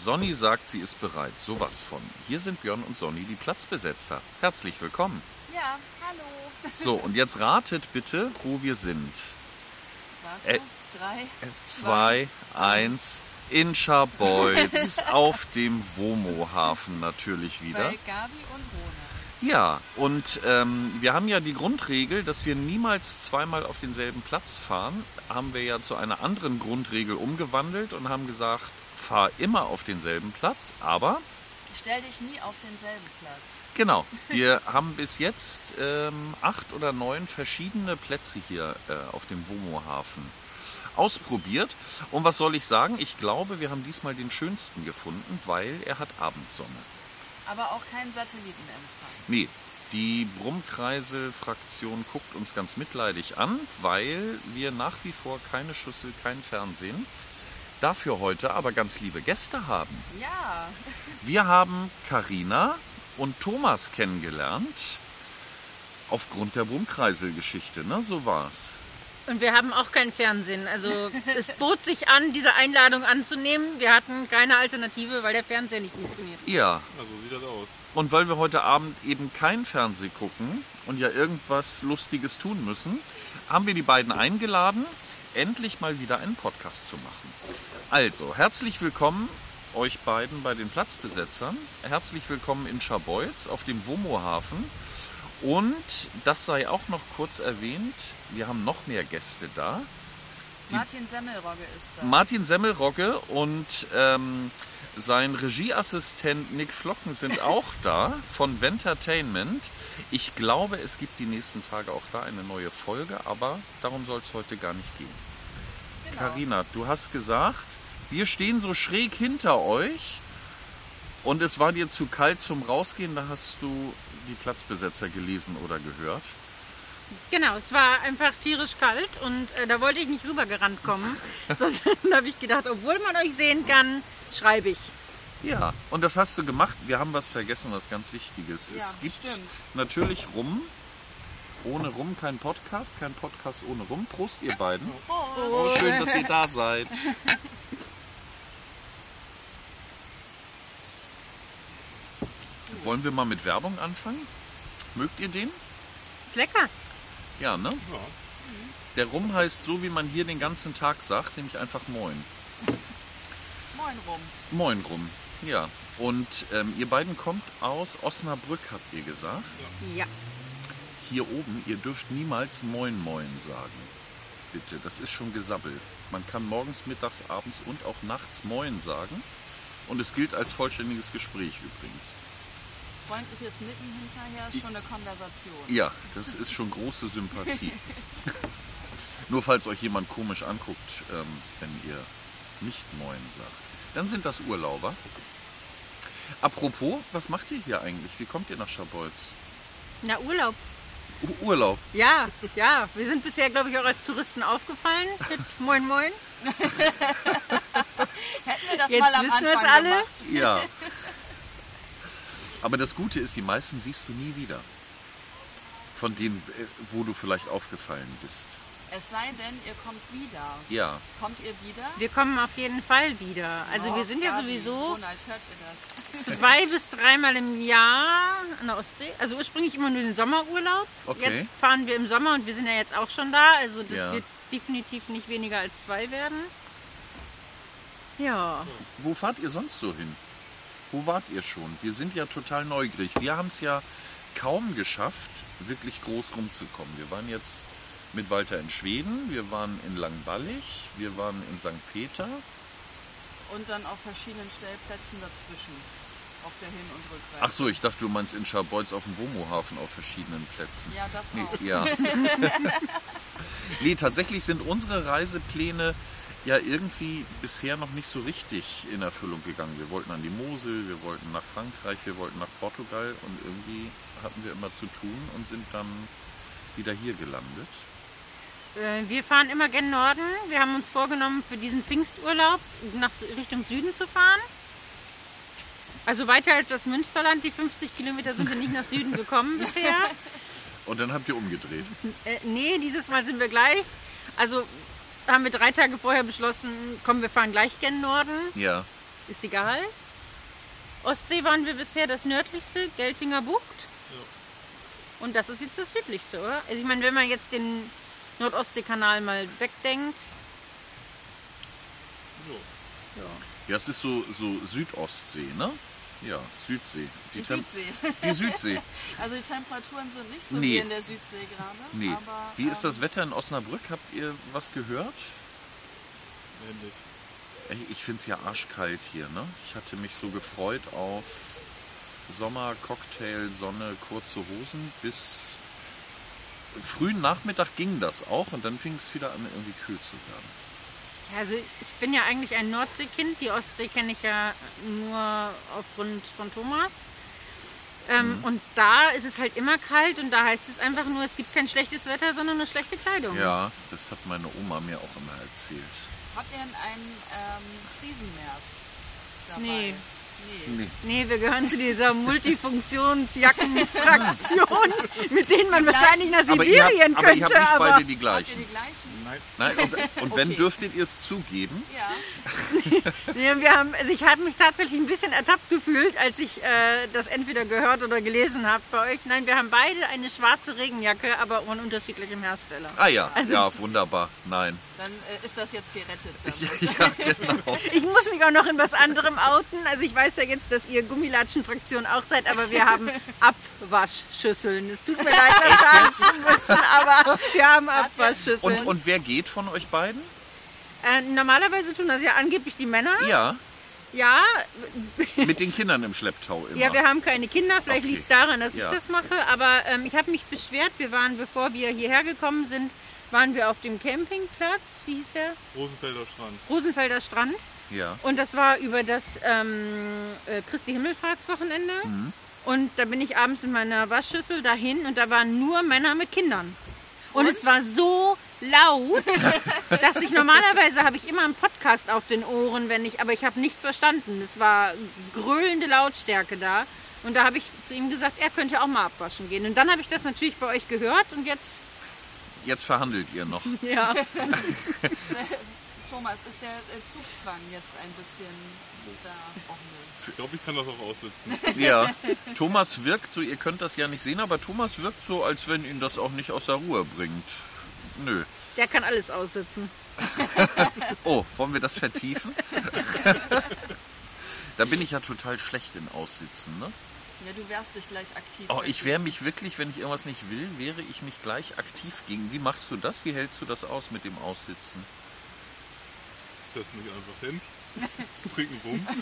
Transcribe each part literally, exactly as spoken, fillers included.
Sonny sagt, sie ist bereit. Sowas von. Hier sind Björn und Sonny, die Platzbesetzer. Herzlich willkommen. Ja, hallo. So, und jetzt ratet bitte, wo wir sind. Warte, Ä drei, äh, zwei, eins, in Scharbeutz auf dem Womo-Hafen natürlich wieder. bei Gabi und Rona. Ja, und ähm, wir haben ja die Grundregel, dass wir niemals zweimal auf denselben Platz fahren. Haben wir ja zu einer anderen Grundregel umgewandelt und haben gesagt, fahr immer auf denselben Platz, aber... Stell dich nie auf denselben Platz. Genau, wir haben bis jetzt ähm, acht oder neun verschiedene Plätze hier äh, auf dem Womo-Hafen ausprobiert. Und was soll ich sagen? Ich glaube, wir haben diesmal den schönsten gefunden, weil er hat Abendsonne. Aber auch keinen Satellitenempfang. Nee, die Brummkreisel-Fraktion guckt uns ganz mitleidig an, weil wir nach wie vor keine Schüssel, kein Fernsehen, dafür heute aber ganz liebe Gäste haben. Ja. Wir haben Carina und Thomas kennengelernt aufgrund der Brummkreisel-Geschichte, ne? So war's. Und wir haben auch kein Fernsehen. Also es bot sich an, diese Einladung anzunehmen. Wir hatten keine Alternative, weil der Fernseher nicht funktioniert. Ja. Ja, so sieht das aus. Und weil wir heute Abend eben kein Fernsehen gucken und ja irgendwas Lustiges tun müssen, haben wir die beiden eingeladen, endlich mal wieder einen Podcast zu machen. Also, herzlich willkommen euch beiden bei den Platzbesetzern. Herzlich willkommen in Scharbeutz auf dem Womo-Hafen. Und das sei auch noch kurz erwähnt, wir haben noch mehr Gäste da. Die Martin Semmelrogge ist da. Martin Semmelrogge und ähm, sein Regieassistent Nick Flocken sind auch da von Ventertainment. Ich glaube, es gibt die nächsten Tage auch da eine neue Folge, aber darum soll es heute gar nicht gehen. Genau. Carina, du hast gesagt, wir stehen so schräg hinter euch und es war dir zu kalt zum Rausgehen, da hast du die Platzbesetzer gelesen oder gehört. Genau, es war einfach tierisch kalt und äh, da wollte ich nicht rübergerannt kommen, sondern habe ich gedacht, obwohl man euch sehen kann, schreibe ich. Ja, und das hast du gemacht. Wir haben was vergessen, was ganz Wichtiges. Ja, es gibt stimmt. natürlich Rum. Ohne Rum kein Podcast, kein Podcast ohne Rum. Prost, ihr beiden. Oh, schön, dass ihr da seid. Wollen wir mal mit Werbung anfangen? Mögt ihr den? Ist lecker. Ja, ne? Ja. Der Rum heißt so, wie man hier den ganzen Tag sagt, nämlich einfach Moin. Moin rum. Moin Rum, ja. Und ähm, ihr beiden kommt aus Osnabrück, habt ihr gesagt. Ja. Hier oben, ihr dürft niemals Moin Moin sagen. Bitte, das ist schon Gesabbel. Man kann morgens, mittags, abends und auch nachts Moin sagen. Und es gilt als vollständiges Gespräch übrigens. Freundliches Nicken hinterher ist schon eine Konversation. Ja, das ist schon große Sympathie. Nur falls euch jemand komisch anguckt, ähm, wenn ihr nicht Moin sagt. Dann sind das Urlauber. Apropos, was macht ihr hier eigentlich? Wie kommt ihr nach Scharbeutz? Na, Urlaub. U Urlaub. Ja, ja. Wir sind bisher, glaube ich, auch als Touristen aufgefallen mit Moin Moin. Hätten wir das Jetzt mal am wissen wir's Anfang alle. gemacht. Ja. Aber das Gute ist, die meisten siehst du nie wieder. Von denen, äh, wo du vielleicht aufgefallen bist. Es sei denn, ihr kommt wieder. Ja. Kommt ihr wieder? Wir kommen auf jeden Fall wieder. Also Oh, wir sind ja Gabi, sowieso Ronald, hört ihr das? zwei bis dreimal im Jahr an der Ostsee. Also ursprünglich immer nur den Sommerurlaub. Okay. Jetzt fahren wir im Sommer und wir sind ja jetzt auch schon da. Also das Ja. wird definitiv nicht weniger als zwei werden. Ja. Wo fahrt ihr sonst so hin? Wo wart ihr schon? Wir sind ja total neugierig. Wir haben es ja kaum geschafft, wirklich groß rumzukommen. Wir waren jetzt mit Walter in Schweden, wir waren in Langballig, wir waren in Sankt Peter. Und dann auf verschiedenen Stellplätzen dazwischen. Auf der Hin- und Rückreise. Ach so, ich dachte, du meinst in Scharbeutz auf dem Womo-Hafen auf verschiedenen Plätzen. Ja, das Nee, auch. ja. Nee, tatsächlich sind unsere Reisepläne ja irgendwie bisher noch nicht so richtig in Erfüllung gegangen. Wir wollten an die Mosel, wir wollten nach Frankreich, wir wollten nach Portugal und irgendwie hatten wir immer zu tun und sind dann wieder hier gelandet. Äh, Wir fahren immer gen Norden. Wir haben uns vorgenommen, für diesen Pfingsturlaub nach Sü- Richtung Süden zu fahren. Also weiter als das Münsterland. Die fünfzig Kilometer sind wir nicht nach Süden gekommen bisher. Und dann habt ihr umgedreht. Äh, nee, dieses Mal sind wir gleich. Also haben wir drei Tage vorher beschlossen, komm, wir fahren gleich gen Norden. Ja. ist egal. Ostsee waren wir bisher das nördlichste, Geltinger Bucht. Ja. Und das ist jetzt das südlichste, oder? Also ich meine, wenn man jetzt den Nordostseekanal mal wegdenkt. Ja, ja es ist so, so Südostsee, ne? Ja, Südsee. Die, die Tem- Südsee. Die Südsee. Also die Temperaturen sind nicht so Nee. wie in der Südsee gerade. Nee. Aber, Wie ist das ähm, Wetter in Osnabrück? Habt ihr was gehört? Ähnlich. Ey, Ich finde es ja arschkalt hier, ne? Ich hatte mich so gefreut auf Sommer, Cocktail, Sonne, kurze Hosen. Bis frühen Nachmittag ging das auch und dann fing es wieder an, irgendwie kühl zu werden. Ja, also ich bin ja eigentlich ein Nordseekind. Die Ostsee kenne ich ja nur aufgrund von Thomas. Ähm, Mhm. Und da ist es halt immer kalt und da heißt es einfach nur, es gibt kein schlechtes Wetter, sondern nur schlechte Kleidung. Ja, das hat meine Oma mir auch immer erzählt. Habt ihr denn einen ähm, Friesenmärz dabei? Nee. Nee. Nee. Nee, wir gehören zu dieser Multifunktionsjackenfraktion, mit denen man wahrscheinlich nach Aber ihr habt, Sibirien aber ihr habt könnte. nicht Aber beide die Habt ihr gleichen. die gleichen? Nein. Nein, und, und wenn, Okay. dürftet ihr es zugeben? Ja. nee, wir haben, also ich habe mich tatsächlich ein bisschen ertappt gefühlt, als ich äh, das entweder gehört oder gelesen habe bei euch. Nein, wir haben beide eine schwarze Regenjacke, aber von unterschiedlichem Hersteller. Ah ja, Also ja, es- wunderbar. Nein. Dann äh, ist das jetzt gerettet. Damit. Ja, genau. Ich muss mich auch noch in was anderem outen. Also ich weiß ja jetzt, dass ihr Gummilatschen-Fraktion auch seid, aber wir haben Abwaschschüsseln. Es tut mir leid, das sagen zu müssen, aber wir haben Abwaschschüsseln. Und, und wer geht von euch beiden? Äh, normalerweise tun das ja angeblich die Männer. Ja, Ja, mit den Kindern im Schlepptau immer. ja, wir haben keine Kinder. Vielleicht Okay. liegt es daran, dass Ja. ich das mache. Aber ähm, ich habe mich beschwert. Wir waren, bevor wir hierher gekommen sind, waren wir auf dem Campingplatz. Wie hieß der? Rosenfelder Strand. Rosenfelder Strand. Ja. Und das war über das ähm, äh, Christi Himmelfahrtswochenende. Mhm. Und da bin ich abends in meiner Waschschüssel dahin und da waren nur Männer mit Kindern. Und, es war so laut, dass ich normalerweise habe ich immer einen Podcast auf den Ohren, wenn ich, aber ich habe nichts verstanden. Es war gröhlende Lautstärke da. Und da habe ich zu ihm gesagt, er könnte auch mal abwaschen gehen. Und dann habe ich das natürlich bei euch gehört und jetzt, Jetzt verhandelt ihr noch. ja. Thomas, ist der äh, Zugzwang jetzt ein bisschen da? Oh, nö. Ich glaube, ich kann das auch aussitzen. Ja. Thomas wirkt so, ihr könnt das ja nicht sehen, aber Thomas wirkt so, als wenn ihn das auch nicht aus der Ruhe bringt. Nö. Der kann alles aussitzen. Oh, wollen wir das vertiefen? Da bin ich ja total schlecht in Aussitzen, ne? Ja, du wehrst dich gleich aktiv. Oh, ich wehre mich wirklich, wenn ich irgendwas nicht will, wehre ich mich gleich aktiv gegen. Wie machst du das? Wie hältst du das aus mit dem Aussitzen? Ich setze mich einfach hin, trinke einen Rum.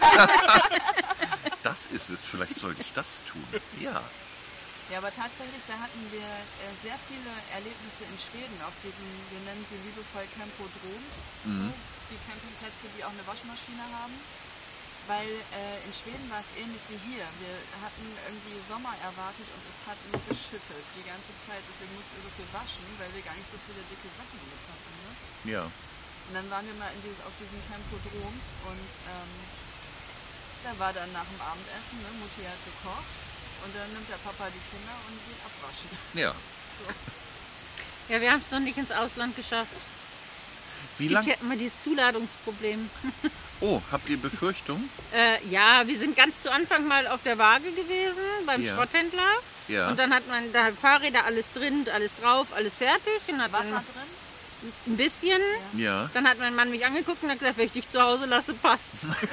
Das ist es. Vielleicht sollte ich das tun. Ja. Ja, aber tatsächlich, da hatten wir äh, sehr viele Erlebnisse in Schweden auf diesen, wir nennen sie liebevoll Campodroms, Mhm. so, die Campingplätze, die auch eine Waschmaschine haben. Weil äh, in Schweden war es ähnlich wie hier. Wir hatten irgendwie Sommer erwartet und es hat nur geschüttet die ganze Zeit. Deswegen mussten wir so viel waschen, weil wir gar nicht so viele dicke Sachen mit hatten. Ne? Ja. Und dann waren wir mal in die, auf diesen Campodroms und ähm, da war dann nach dem Abendessen, ne, Mutti hat gekocht und dann nimmt der Papa die Kinder und geht abwaschen. Ja. Ja, wir haben es noch nicht ins Ausland geschafft. Wie Es gibt lang? ja immer dieses Zuladungsproblem. Oh, habt ihr Befürchtung? Äh, ja, wir sind ganz zu Anfang mal auf der Waage gewesen beim Ja. Schrotthändler. Ja. Und dann hat man da Fahrräder, alles drin, alles drauf, alles fertig. Und hat Wasser man drin? ein bisschen. Ja. Dann hat mein Mann mich angeguckt und hat gesagt, wenn ich dich zu Hause lasse, passt's. Dann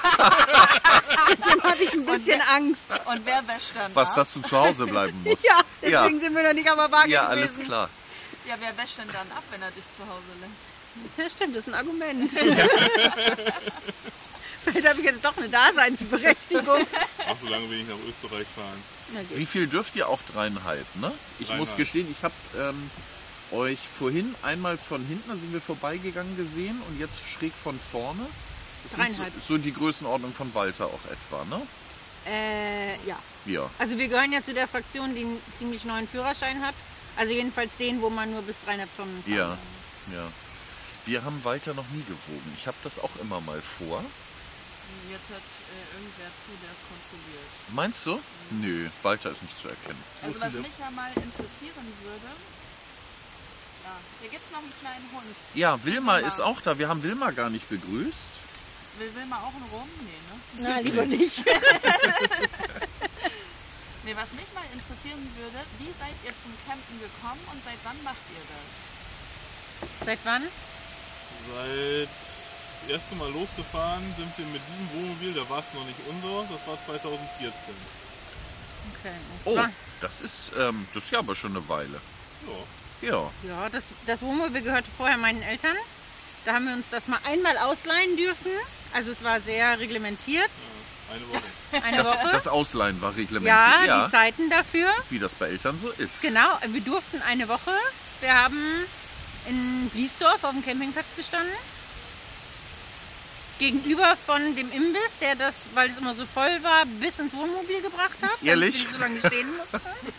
habe ich ein bisschen Angst. Und wer wäscht dann Was, ab? dass du zu Hause bleiben musst? Ja, Ja. deswegen sind wir noch nicht auf der Waage Ja, alles gewesen. klar. Ja, wer wäscht denn dann ab, wenn er dich zu Hause lässt? Ja, stimmt, das ist ein Argument. Vielleicht habe ich jetzt doch eine Daseinsberechtigung. Ach, so lange will ich nach Österreich fahren. Na gut. Wie viel dürft ihr? Auch dreieinhalb, ne? Ich muss Dreieinhalb. gestehen, ich habe ähm, euch vorhin einmal von hinten, da sind wir vorbeigegangen gesehen und jetzt schräg von vorne. Das sind so, Dreieinhalb. so die Größenordnung von Walter auch etwa, ne? Äh, ja. Ja. Also wir gehören ja zu der Fraktion, die einen ziemlich neuen Führerschein hat. Also jedenfalls den, wo man nur bis dreieinhalb Tonnen fahren Ja, kann. ja. Wir haben Walter noch nie gewogen. Ich habe das auch immer mal vor. Jetzt hört äh, irgendwer zu, der es kontrolliert. Meinst du? Nö, Walter ist nicht zu erkennen. Also was mich ja mal interessieren würde, ja, hier gibt es noch einen kleinen Hund. Ja, Wilma Wilma. ist auch da. Wir haben Wilma gar nicht begrüßt. Will, will man auch einen Rum? Nee, ne? Na, lieber nicht. Nee, was mich mal interessieren würde, wie seid ihr zum Campen gekommen und seit wann macht ihr das? Seit wann? Seit das erste Mal losgefahren sind wir mit diesem Wohnmobil, da war es noch nicht unser, das war zweitausendvierzehn. Okay. Das Oh, war, das ist, ähm, das ist ja aber schon eine Weile. Ja. Ja. ja, das, das Wohnmobil gehörte vorher meinen Eltern. Da haben wir uns das mal einmal ausleihen dürfen. Also es war sehr reglementiert. Eine Woche. Eine Das, Woche. das Ausleihen war reglementiert. ja, die Zeiten dafür. Wie das bei Eltern so ist. Genau, wir durften eine Woche. Wir haben in Bliesdorf auf dem Campingplatz gestanden. Gegenüber von dem Imbiss, der das, weil es immer so voll war, bis ins Wohnmobil gebracht hat. Ehrlich? Damit wir so lange stehen mussten.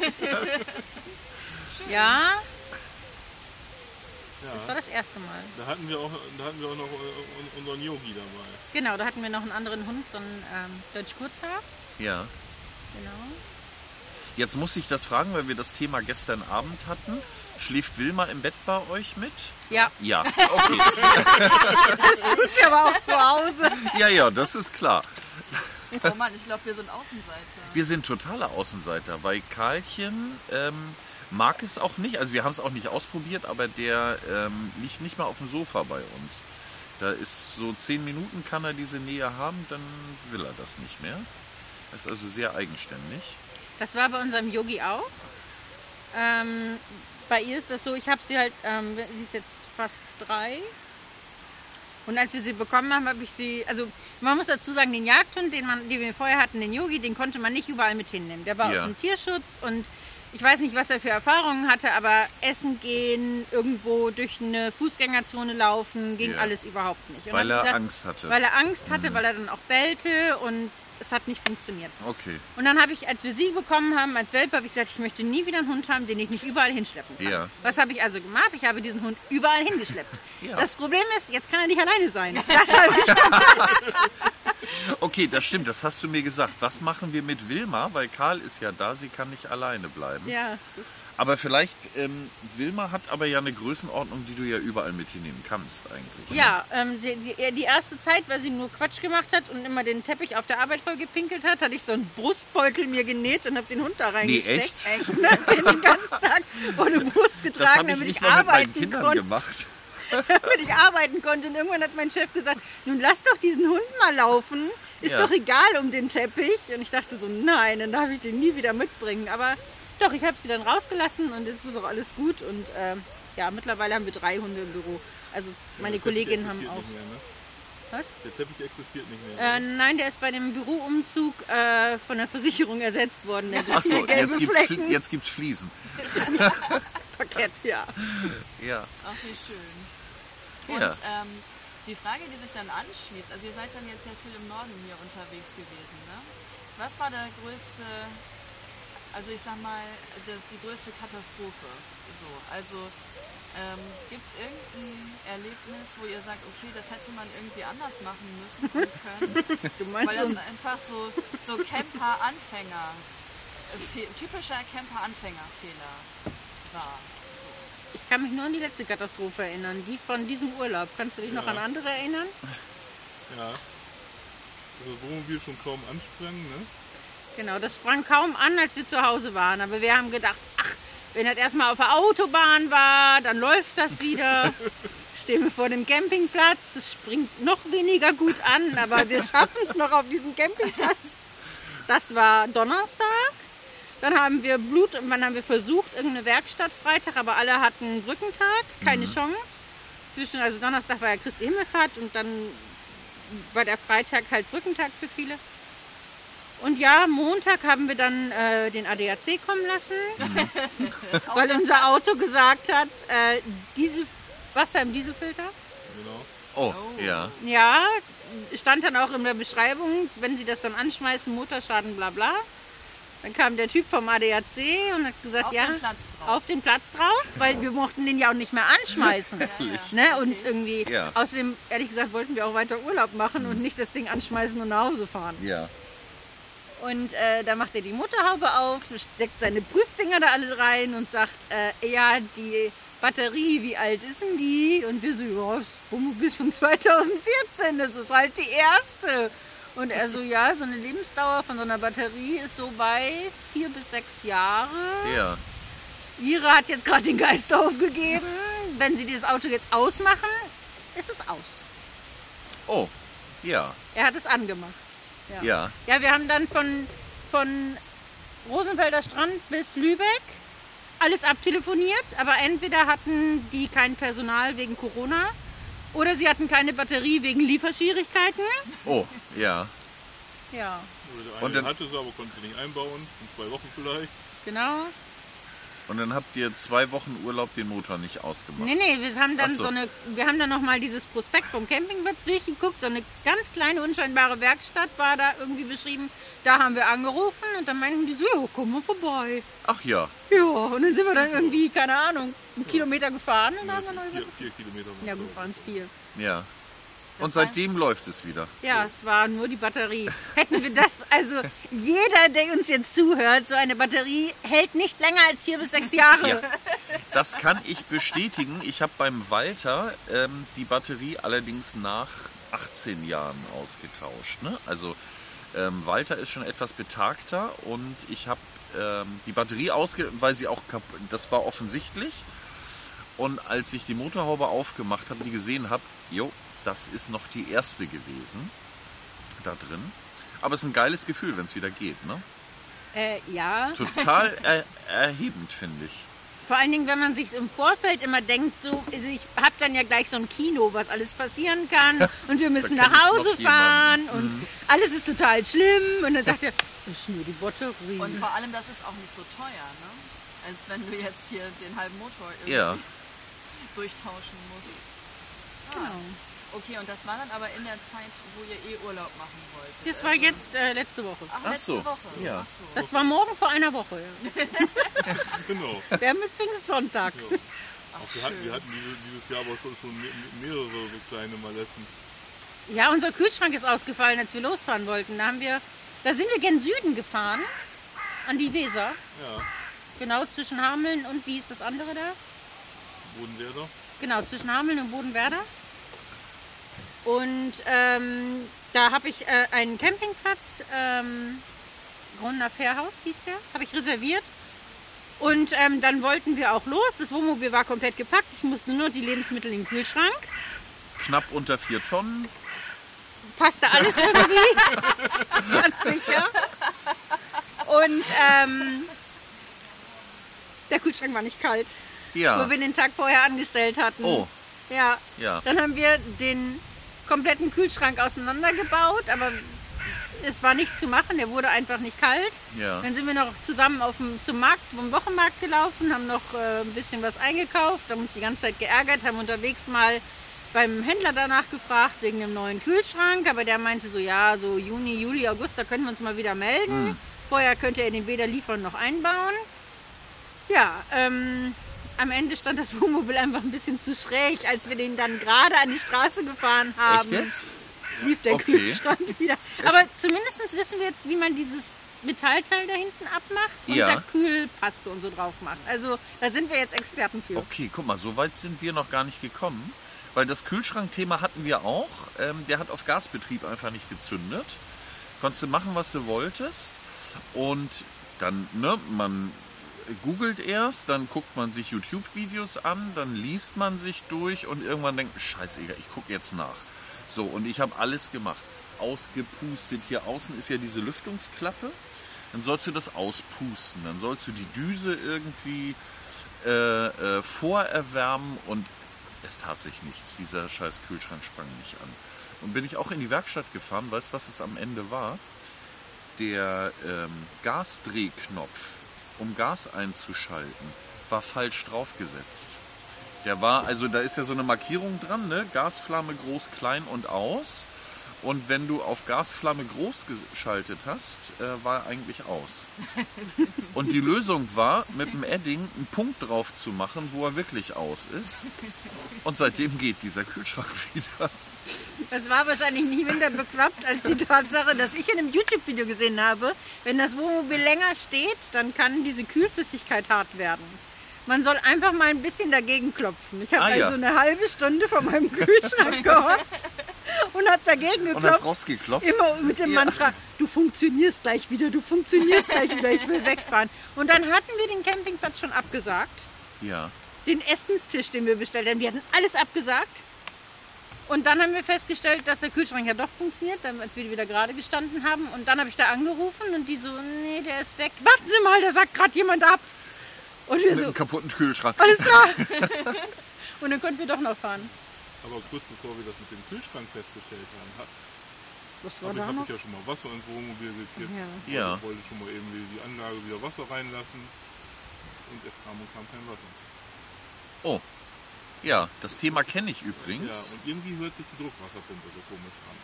Ja, das war Ja. das erste Mal. Da hatten wir auch, da hatten wir auch noch äh, unseren Yogi dabei. Genau, da hatten wir noch einen anderen Hund, so einen ähm, Deutsch Kurzhaar. Ja. Genau. Jetzt muss ich das fragen, weil wir das Thema gestern Abend hatten. Schläft Wilma im Bett bei euch mit? Ja, Ja, okay. das tut sie aber auch zu Hause. Ja, ja, das ist klar. Oh Mann, ich glaube, wir sind Außenseiter. Wir sind totale Außenseiter, weil Karlchen ähm, mag es auch nicht. Also wir haben es auch nicht ausprobiert, aber der ähm, liegt nicht mal auf dem Sofa bei uns. Da ist so zehn Minuten kann er diese Nähe haben, dann will er das nicht mehr. Er ist also sehr eigenständig. Das war bei unserem Yogi auch. Ähm, bei ihr ist das so, ich habe sie halt, ähm, sie ist jetzt fast drei. Und als wir sie bekommen haben, habe ich sie, also man muss dazu sagen, den Jagdhund, den, man, den wir vorher hatten, den Yogi, den konnte man nicht überall mit hinnehmen. Der war Ja. aus dem Tierschutz und ich weiß nicht, was er für Erfahrungen hatte, aber essen gehen, irgendwo durch eine Fußgängerzone laufen, ging Ja. alles überhaupt nicht. Und Weil dann hab er ich gesagt, Angst hatte. Weil er Angst hatte, weil er dann auch bellte und es hat nicht funktioniert. Okay. Und dann habe ich, als wir sie bekommen haben, als Welpe, habe ich gesagt, ich möchte nie wieder einen Hund haben, den ich nicht überall hinschleppen kann. Ja. Was habe ich also gemacht? Ich habe diesen Hund überall hingeschleppt. Ja. Das Problem ist, jetzt kann er nicht alleine sein. Das habe ich Okay, das stimmt, das hast du mir gesagt. Was machen wir mit Wilma? Weil Karl ist ja da, sie kann nicht alleine bleiben. ja, es ist, Aber vielleicht, ähm, Wilma hat aber ja eine Größenordnung, die du ja überall mit hinnehmen kannst eigentlich. ne? ja ähm, die, die, die erste Zeit, weil sie nur Quatsch gemacht hat und immer den Teppich auf der Arbeit voll gepinkelt hat, hatte ich so einen Brustbeutel mir genäht und habe den Hund da Nee, reingesteckt. echt? Echt? Den den ganzen Tag ohne Brust Das getragen, habe ich damit nicht ich mal mit meinen arbeiten Kindern konnte. gemacht. damit ich arbeiten konnte. Und irgendwann hat mein Chef gesagt, nun lass doch diesen Hund mal laufen. Ist Ja. doch egal um den Teppich. Und ich dachte so, nein, dann darf ich den nie wieder mitbringen. Aber doch, ich habe sie dann rausgelassen und jetzt ist auch alles gut. Und äh, ja, mittlerweile haben wir drei Hunde im Büro. Also meine Ja, der Teppich Kolleginnen haben existiert auch... nicht mehr, ne? Was? Der Teppich existiert nicht mehr. Äh, nein, der ist bei dem Büroumzug äh, von der Versicherung ersetzt worden. Der Ach so, gelbe jetzt gibt's, Flecken. Fl- jetzt gibt's Fliesen. Parkett, ja. Ja. Ach, wie schön. Und Ja. ähm, die Frage, die sich dann anschließt, also ihr seid dann jetzt ja viel im Norden hier unterwegs gewesen, ne? Was war der größte, also ich sag mal, das, die größte Katastrophe? So, also ähm, gibt es irgendein Erlebnis, wo ihr sagt, okay, das hätte man irgendwie anders machen müssen und können? Du meinst Weil so das ein einfach so, so Camper-Anfänger, äh, fe- typischer Camper-Anfängerfehler war. So. Ich kann mich nur an die letzte Katastrophe erinnern, die von diesem Urlaub. Kannst du dich noch Ja. an andere erinnern? Ja. Also das Wohnmobil schon kaum ansprangen, ne? Genau, das sprang kaum an, als wir zu Hause waren. Aber wir haben gedacht, ach, wenn das erstmal auf der Autobahn war, dann läuft das wieder. Stehen wir vor dem Campingplatz, es springt noch weniger gut an, aber wir schaffen es noch auf diesem Campingplatz. Das war Donnerstag. Dann haben wir Blut, wann haben wir versucht, irgendeine Werkstatt Freitag, aber alle hatten Brückentag, keine Chance. Zwischen, also Donnerstag war ja Christi Himmelfahrt und dann war der Freitag halt Brückentag für viele. Und ja, Montag haben wir dann äh, den A D A C kommen lassen, weil unser Auto gesagt hat, äh, Diesel, Wasser im Dieselfilter. Genau. Oh, Oh. ja. Ja, stand dann auch in der Beschreibung, wenn Sie das dann anschmeißen, Motorschaden, bla bla. Dann kam der Typ vom A D A C und hat gesagt, Auf ja, den Platz drauf. auf den Platz drauf, weil wir mochten den ja auch nicht mehr anschmeißen. ja. Ne? Und Okay. irgendwie, Ja. außerdem, ehrlich gesagt, wollten wir auch weiter Urlaub machen und nicht das Ding anschmeißen und nach Hause fahren. Ja. Und äh, da macht er die Motorhaube auf, steckt seine Prüfdinger da alle rein und sagt, äh, ja, die Batterie, wie alt ist denn die? Und wir so, ja, das Wohnmobil ist von zweitausendvierzehn, das ist halt die erste. Und er so, ja, so eine Lebensdauer von so einer Batterie ist so bei vier bis sechs Jahre. Ja. Ihre hat jetzt gerade den Geist aufgegeben. Wenn sie das Auto jetzt ausmachen, ist es aus. Oh, ja. Er hat es angemacht. Ja, Ja. ja wir haben dann von, von Rosenfelder Strand bis Lübeck alles abtelefoniert, aber entweder hatten die kein Personal wegen Corona oder sie hatten keine Batterie wegen Lieferschwierigkeiten. Oh, ja. Ja, Oder der eine Und dann- hatte sie, aber konnte sie nicht einbauen. In zwei Wochen vielleicht. genau. Und dann habt ihr zwei Wochen Urlaub den Motor nicht ausgemacht. Nee, nee, wir haben dann Ach so. so. eine, wir haben dann nochmal dieses Prospekt vom Campingplatz durchgeguckt, so eine ganz kleine, unscheinbare Werkstatt war da irgendwie beschrieben. Da haben wir angerufen und dann meinten die so, ja, komm mal vorbei. Ach ja. Ja, und dann sind wir dann irgendwie, keine Ahnung, einen Kilometer gefahren und dann haben wir Ja, noch vier, über... vier Kilometer. Ja gut, waren es vier. Ja. Und Das heißt- seitdem läuft es wieder. Ja, es war nur die Batterie. Hätten wir das, also jeder, der uns jetzt zuhört, so eine Batterie hält nicht länger als vier bis sechs Jahre. Ja. Das kann ich bestätigen. Ich habe beim Walter ähm, die Batterie allerdings nach achtzehn Jahren ausgetauscht. Ne? Also ähm, Walter ist schon etwas betagter und ich habe ähm, die Batterie ausgetauscht, weil sie auch kaputt, das war offensichtlich. Und als ich die Motorhaube aufgemacht habe, die gesehen habe, jo, das ist noch die erste gewesen da drin. Aber es ist ein geiles Gefühl, wenn es wieder geht. Ne? Äh, ja. Total er erhebend, finde ich. Vor allen Dingen, wenn man sich im Vorfeld immer denkt, so, also ich habe dann ja gleich so ein Kino, was alles passieren kann und wir müssen Da kenn nach ich Hause noch fahren jemanden. und alles ist total schlimm und dann sagt er, das ist nur die Batterie. Und vor allem, das ist auch nicht so teuer, ne? Als wenn du jetzt hier den halben Motor irgendwie Ja. durchtauschen musst. Ah, Genau. okay, und das war dann aber in der Zeit, wo ihr eh Urlaub machen wolltet. Das war Also- jetzt äh, letzte Woche. Ach, Ach letzte so, Woche. ja. Ach so. Das war morgen vor einer Woche. Ja. Genau. Wir haben jetzt Pfingstsonntag. Ja. Ach, Wir hatten, wir schön. hatten diese, dieses Jahr aber schon, schon me- mehrere so kleine Malessen. Ja, unser Kühlschrank ist ausgefallen, als wir losfahren wollten. Da haben wir, da sind wir gen Süden gefahren, an die Weser. Ja, Genau zwischen Hameln und wie ist das andere da? Bodenwerder. Genau, zwischen Hameln und Bodenwerder. Und ähm, da habe ich äh, einen Campingplatz, ähm, Gründer Fährhaus hieß der, habe ich reserviert. Und ähm, dann wollten wir auch los. Das Wohnmobil war komplett gepackt. Ich musste nur noch die Lebensmittel in den Kühlschrank. Knapp unter vier Tonnen. Passte alles irgendwie. Ganz sicher. Und ähm, der Kühlschrank war nicht kalt, wo Ja. wir den Tag vorher angestellt hatten. Oh, Ja, ja. dann haben wir den kompletten Kühlschrank auseinandergebaut, aber es war nicht zu machen, der wurde einfach nicht kalt. Ja. Dann sind wir noch zusammen auf dem, zum Markt, vom Wochenmarkt gelaufen, haben noch äh, ein bisschen was eingekauft, haben uns die ganze Zeit geärgert, haben unterwegs mal beim Händler danach gefragt wegen dem neuen Kühlschrank, aber der meinte so, ja, so Juni, Juli, August, da können wir uns mal wieder melden. Hm. Vorher könnte er den weder liefern noch einbauen. Ja, ähm, am Ende stand das Wohnmobil einfach ein bisschen zu schräg, als wir den dann gerade an die Straße gefahren Echt haben. jetzt? Lief der Okay. Kühlschrank wieder. Es- Aber zumindest wissen wir jetzt, wie man dieses Metallteil da hinten abmacht und Ja. da Kühlpaste und so drauf macht. Also da sind wir jetzt Experten für. Okay, guck mal, so weit sind wir noch gar nicht gekommen. Weil das Kühlschrankthema hatten wir auch. Ähm, der hat auf Gasbetrieb einfach nicht gezündet. Konntest du machen, was du wolltest. Und dann, ne, man googelt erst, dann guckt man sich YouTube-Videos an, dann liest man sich durch und irgendwann denkt, scheiße, Egal, ich gucke jetzt nach. So, und ich habe alles gemacht. Ausgepustet. Hier außen ist ja diese Lüftungsklappe. Dann sollst du das auspusten. Dann sollst du die Düse irgendwie äh, äh, vorerwärmen und es tat sich nichts. Dieser scheiß Kühlschrank sprang nicht an. Und bin ich auch in die Werkstatt gefahren. Weißt du, was es am Ende war? Der ähm, Gasdrehknopf, um Gas einzuschalten, war falsch draufgesetzt. Der war, also da ist ja so eine Markierung dran, ne? Gasflamme groß, klein und aus. Und wenn du auf Gasflamme groß geschaltet hast, äh, war er eigentlich aus. Und die Lösung war, mit dem Edding einen Punkt drauf zu machen, wo er wirklich aus ist. Und seitdem geht dieser Kühlschrank wieder. Das war wahrscheinlich nicht minder bekloppt als die Tatsache, dass ich in einem YouTube-Video gesehen habe, wenn das Wohnmobil länger steht, dann kann diese Kühlflüssigkeit hart werden. Man soll einfach mal ein bisschen dagegen klopfen. Ich habe Ah, also ja. eine halbe Stunde vor meinem Kühlschrank gehockt und habe dagegen Und hast geklopft. rausgeklopft? Immer mit dem Ja. Mantra, du funktionierst gleich wieder, du funktionierst gleich wieder, ich will wegfahren. Und dann hatten wir den Campingplatz schon abgesagt. Ja. Den Essenstisch, den wir bestellt haben, wir hatten alles abgesagt. Und dann haben wir festgestellt, dass der Kühlschrank ja doch funktioniert, dann, als wir wieder gerade gestanden haben. Und dann habe ich da angerufen und die so, nee, der ist weg. Warten Sie mal, da sagt gerade jemand ab. Und wir Mit so, einem kaputten Kühlschrank. alles klar. Und dann konnten wir doch noch fahren. Aber kurz bevor wir das mit dem Kühlschrank festgestellt haben, hat, Was war habe ich, da hab noch? ich ja schon mal Wasser ins Wohnmobil gekippt. Ja. Ja. Ich wollte schon mal eben die Anlage wieder Wasser reinlassen. Und es kam und kam kein Wasser. Oh. Ja, das Thema kenne ich Ja, übrigens. und irgendwie hört sich die Druckwasserpumpe so komisch an.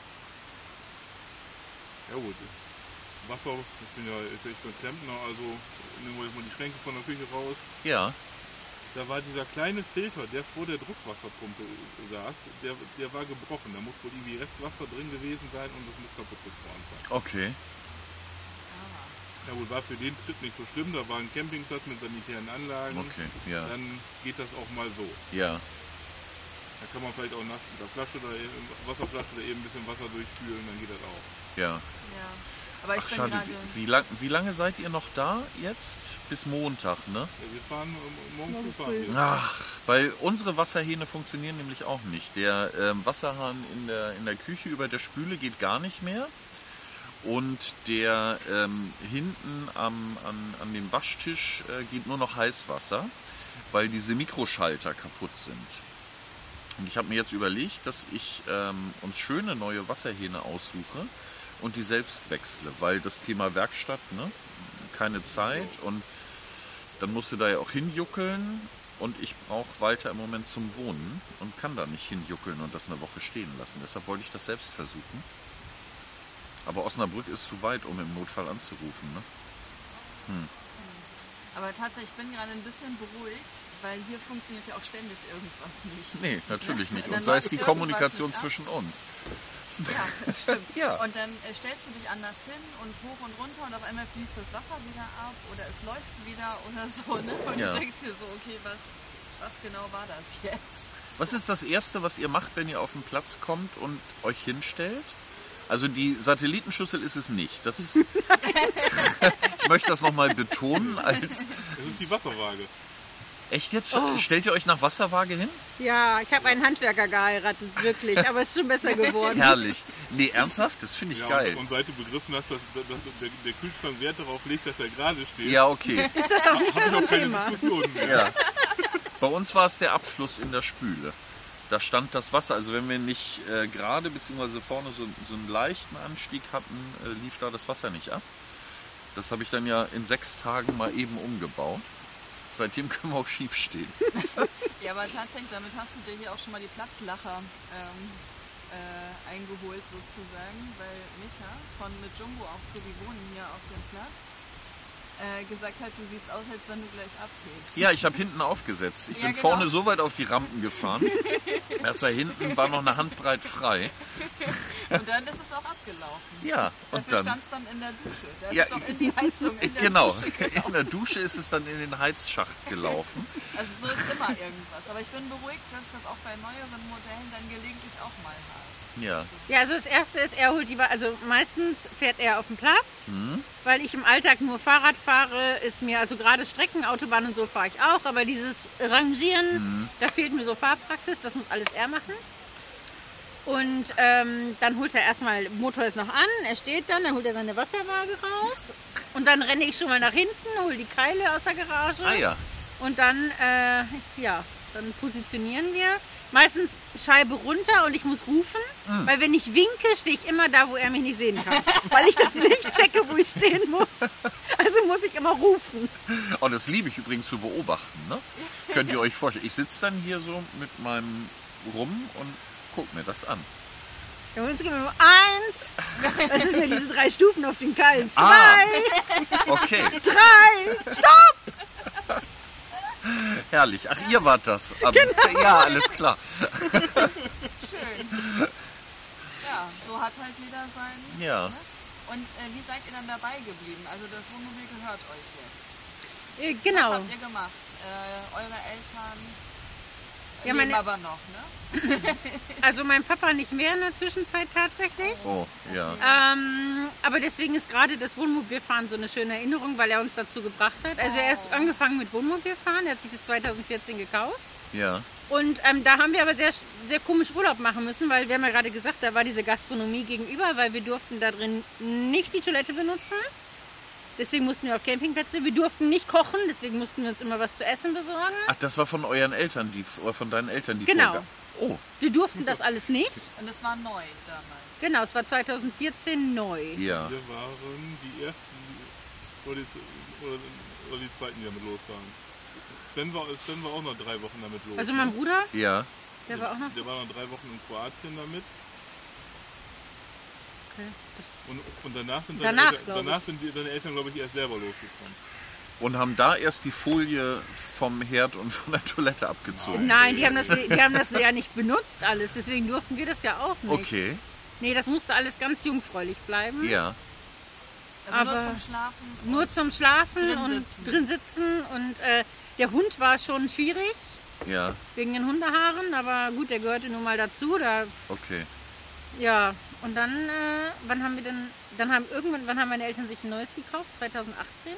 Ja gut, Wasser, ich bin ja ich bin Klempner, also nehmen wir jetzt mal die Schränke von der Küche raus. Ja. Da war dieser kleine Filter, der vor der Druckwasserpumpe saß, der, der war gebrochen. Da muss wohl irgendwie Restwasser drin gewesen sein und das muss kaputt gefroren sein. Okay. Ja gut, war für den Trip nicht so schlimm, da war ein Campingplatz mit sanitären Anlagen. Okay. Ja. Dann geht das auch mal so. Ja. Da kann man vielleicht auch nachts mit der Flasche oder eben, Wasserflasche da eben ein bisschen Wasser durchspülen, dann geht das auch. Ja. Ja. Aber ich Ach bin schade, gerade. wie, wie, lang, wie lange seid ihr noch da jetzt? Bis Montag, ne? Ja, wir fahren ähm, morgen Morgen früh fahren früh. wir. Ach, weil unsere Wasserhähne funktionieren nämlich auch nicht. Der ähm, Wasserhahn in der, in der Küche über der Spüle geht gar nicht mehr. Und der ähm, hinten am, an, an dem Waschtisch äh, geht nur noch Heißwasser, weil diese Mikroschalter kaputt sind. Und ich habe mir jetzt überlegt, dass ich ähm, uns schöne neue Wasserhähne aussuche und die selbst wechsle, weil das Thema Werkstatt, ne, keine Zeit und dann musst du da ja auch hinjuckeln und ich brauche Walter im Moment zum Wohnen und kann da nicht hinjuckeln und das eine Woche stehen lassen. Deshalb wollte ich das selbst versuchen. Aber Osnabrück ist zu weit, um im Notfall anzurufen. Ne? Hm. Aber tatsächlich, ich bin gerade ein bisschen beruhigt, weil hier funktioniert ja auch ständig irgendwas nicht. Nee, natürlich nicht. Dann Und sei es läuft die irgendwas Kommunikation nicht ab. zwischen uns. Ja, stimmt. Ja. Und dann äh, stellst du dich anders hin und hoch und runter und auf einmal fließt das Wasser wieder ab oder es läuft wieder oder so. Ne? Und Ja. du denkst dir so, okay, was, was genau war das jetzt? Was ist das Erste, was ihr macht, wenn ihr auf den Platz kommt und euch hinstellt? Also die Satellitenschüssel ist es nicht. Das ich möchte das nochmal betonen. Als Das ist die Wasserwaage. echt jetzt? Oh. Stellt ihr euch nach Wasserwaage hin? Ja, ich habe einen Handwerker geheiratet, wirklich, aber es ist schon besser geworden. Herrlich. Nee, ernsthaft? Das finde ich Ja, geil. Und, und seit du begriffen hast, dass, dass der, der Kühlschrank Wert darauf legt, dass er gerade steht, Ja, okay. Ist das auch nicht habe mehr ich so auch ein keine Thema? Diskussion mehr. Ja. Bei uns war es der Abfluss in der Spüle. Da stand das Wasser, also wenn wir nicht äh, gerade bzw. vorne so, so einen leichten Anstieg hatten, äh, lief da das Wasser nicht ab. Das habe ich dann ja in sechs Tagen mal eben umgebaut. Seitdem können wir auch schief stehen. Ja, aber tatsächlich, damit hast du dir hier auch schon mal die Platzlacher ähm, äh, eingeholt sozusagen, weil Micha von mit Jumbo auf Tobi wohnen hier auf dem Platz äh, gesagt hat, du siehst aus, als wenn du gleich abhebst. Ja, ich habe hinten aufgesetzt. Ich Ja, bin genau. vorne so weit auf die Rampen gefahren. Erst da hinten war noch eine Handbreit frei. Und dann ist es auch abgelaufen. Ja, und Dafür dann. stand es dann in der Dusche. Da ist Ja, es doch in die Heizung in der Genau, Dusche gelaufen. in der Dusche ist es dann in den Heizschacht gelaufen. Also so ist immer irgendwas. Aber ich bin beruhigt, dass das auch bei neueren Modellen dann gelegentlich auch mal hat. Ja. Ja, also das Erste ist, er holt die, Wa- also meistens fährt er auf den Platz, Hm? weil ich im Alltag nur Fahrrad fahre, ist mir, also gerade Strecken, Autobahn und so fahre ich auch, aber dieses Rangieren, da fehlt mir so Fahrpraxis, das muss alles er machen. Und ähm, dann holt er erstmal, Motor ist noch an, er steht dann, dann holt er seine Wasserwaage raus und dann renne ich schon mal nach hinten, hole die Keile aus der Garage Ah ja. und dann, äh, ja, dann positionieren wir. Meistens Scheibe runter und ich muss rufen, weil wenn ich winke, stehe ich immer da, wo er mich nicht sehen kann. Weil ich das nicht checke, wo ich stehen muss. Also muss ich immer rufen. Und das liebe ich übrigens zu beobachten. Ne? Könnt ihr euch vorstellen. Ich sitze dann hier so mit meinem Rum und guck mir das an. Ja, uns gehen wir nur eins. Das sind ja diese drei Stufen auf den Keilen. Zwei, Ah. Okay, drei, stopp! herrlich. Ach, ihr wart das. Am, Ja, alles klar. Schön. Ja, so hat halt jeder sein. Ja. Ne? Und äh, wie seid ihr dann dabei geblieben? Also das Wohnmobil gehört euch jetzt. Äh, Was Genau. habt ihr gemacht? Äh, eure Eltern Ja, leben meine- aber noch, ne? Also mein Papa nicht mehr in der Zwischenzeit tatsächlich. Oh, ja. Ähm, aber deswegen ist gerade das Wohnmobilfahren so eine schöne Erinnerung, weil er uns dazu gebracht hat. Also er ist angefangen mit Wohnmobilfahren, er hat sich das zweitausendvierzehn gekauft. Ja. Und ähm, da haben wir aber sehr, sehr komisch Urlaub machen müssen, weil wir haben ja gerade gesagt, da war diese Gastronomie gegenüber, weil wir durften da drin nicht die Toilette benutzen. Deswegen mussten wir auf Campingplätze. Wir durften nicht kochen, deswegen mussten wir uns immer was zu essen besorgen. Ach, das war von euren Eltern, die, oder von deinen Eltern, die Genau. Vorgabe. Oh, Wir durften das alles nicht. Und das war neu damals. Genau, es war zweitausendvierzehn neu. ja. Wir waren die ersten oder die, oder, oder die zweiten, die damit losfahren. Sven war, Sven war auch noch drei Wochen damit los. Also mein ne? Bruder, Ja. der war auch noch. Der war noch drei Wochen in Kroatien damit. Okay. Das, Und, und danach sind Danach, deine, Eltern, glaub danach sind die, deine Eltern, glaube ich, erst selber losgekommen. Und haben da erst die Folie vom Herd und von der Toilette abgezogen. nein, die haben, das, die haben das ja nicht benutzt alles, deswegen durften wir das ja auch nicht. Okay, Nee, das musste alles ganz jungfräulich bleiben. ja. Also nur Aber zum Schlafen. Nur zum Schlafen Drin und sitzen. drin sitzen. Und äh, der Hund war schon schwierig, Ja, wegen den Hundehaaren, aber gut, der gehörte nun mal dazu. Da, okay. ja, und dann, äh, wann haben wir denn, dann haben irgendwann, wann haben meine Eltern sich ein neues gekauft? zweitausendachtzehn?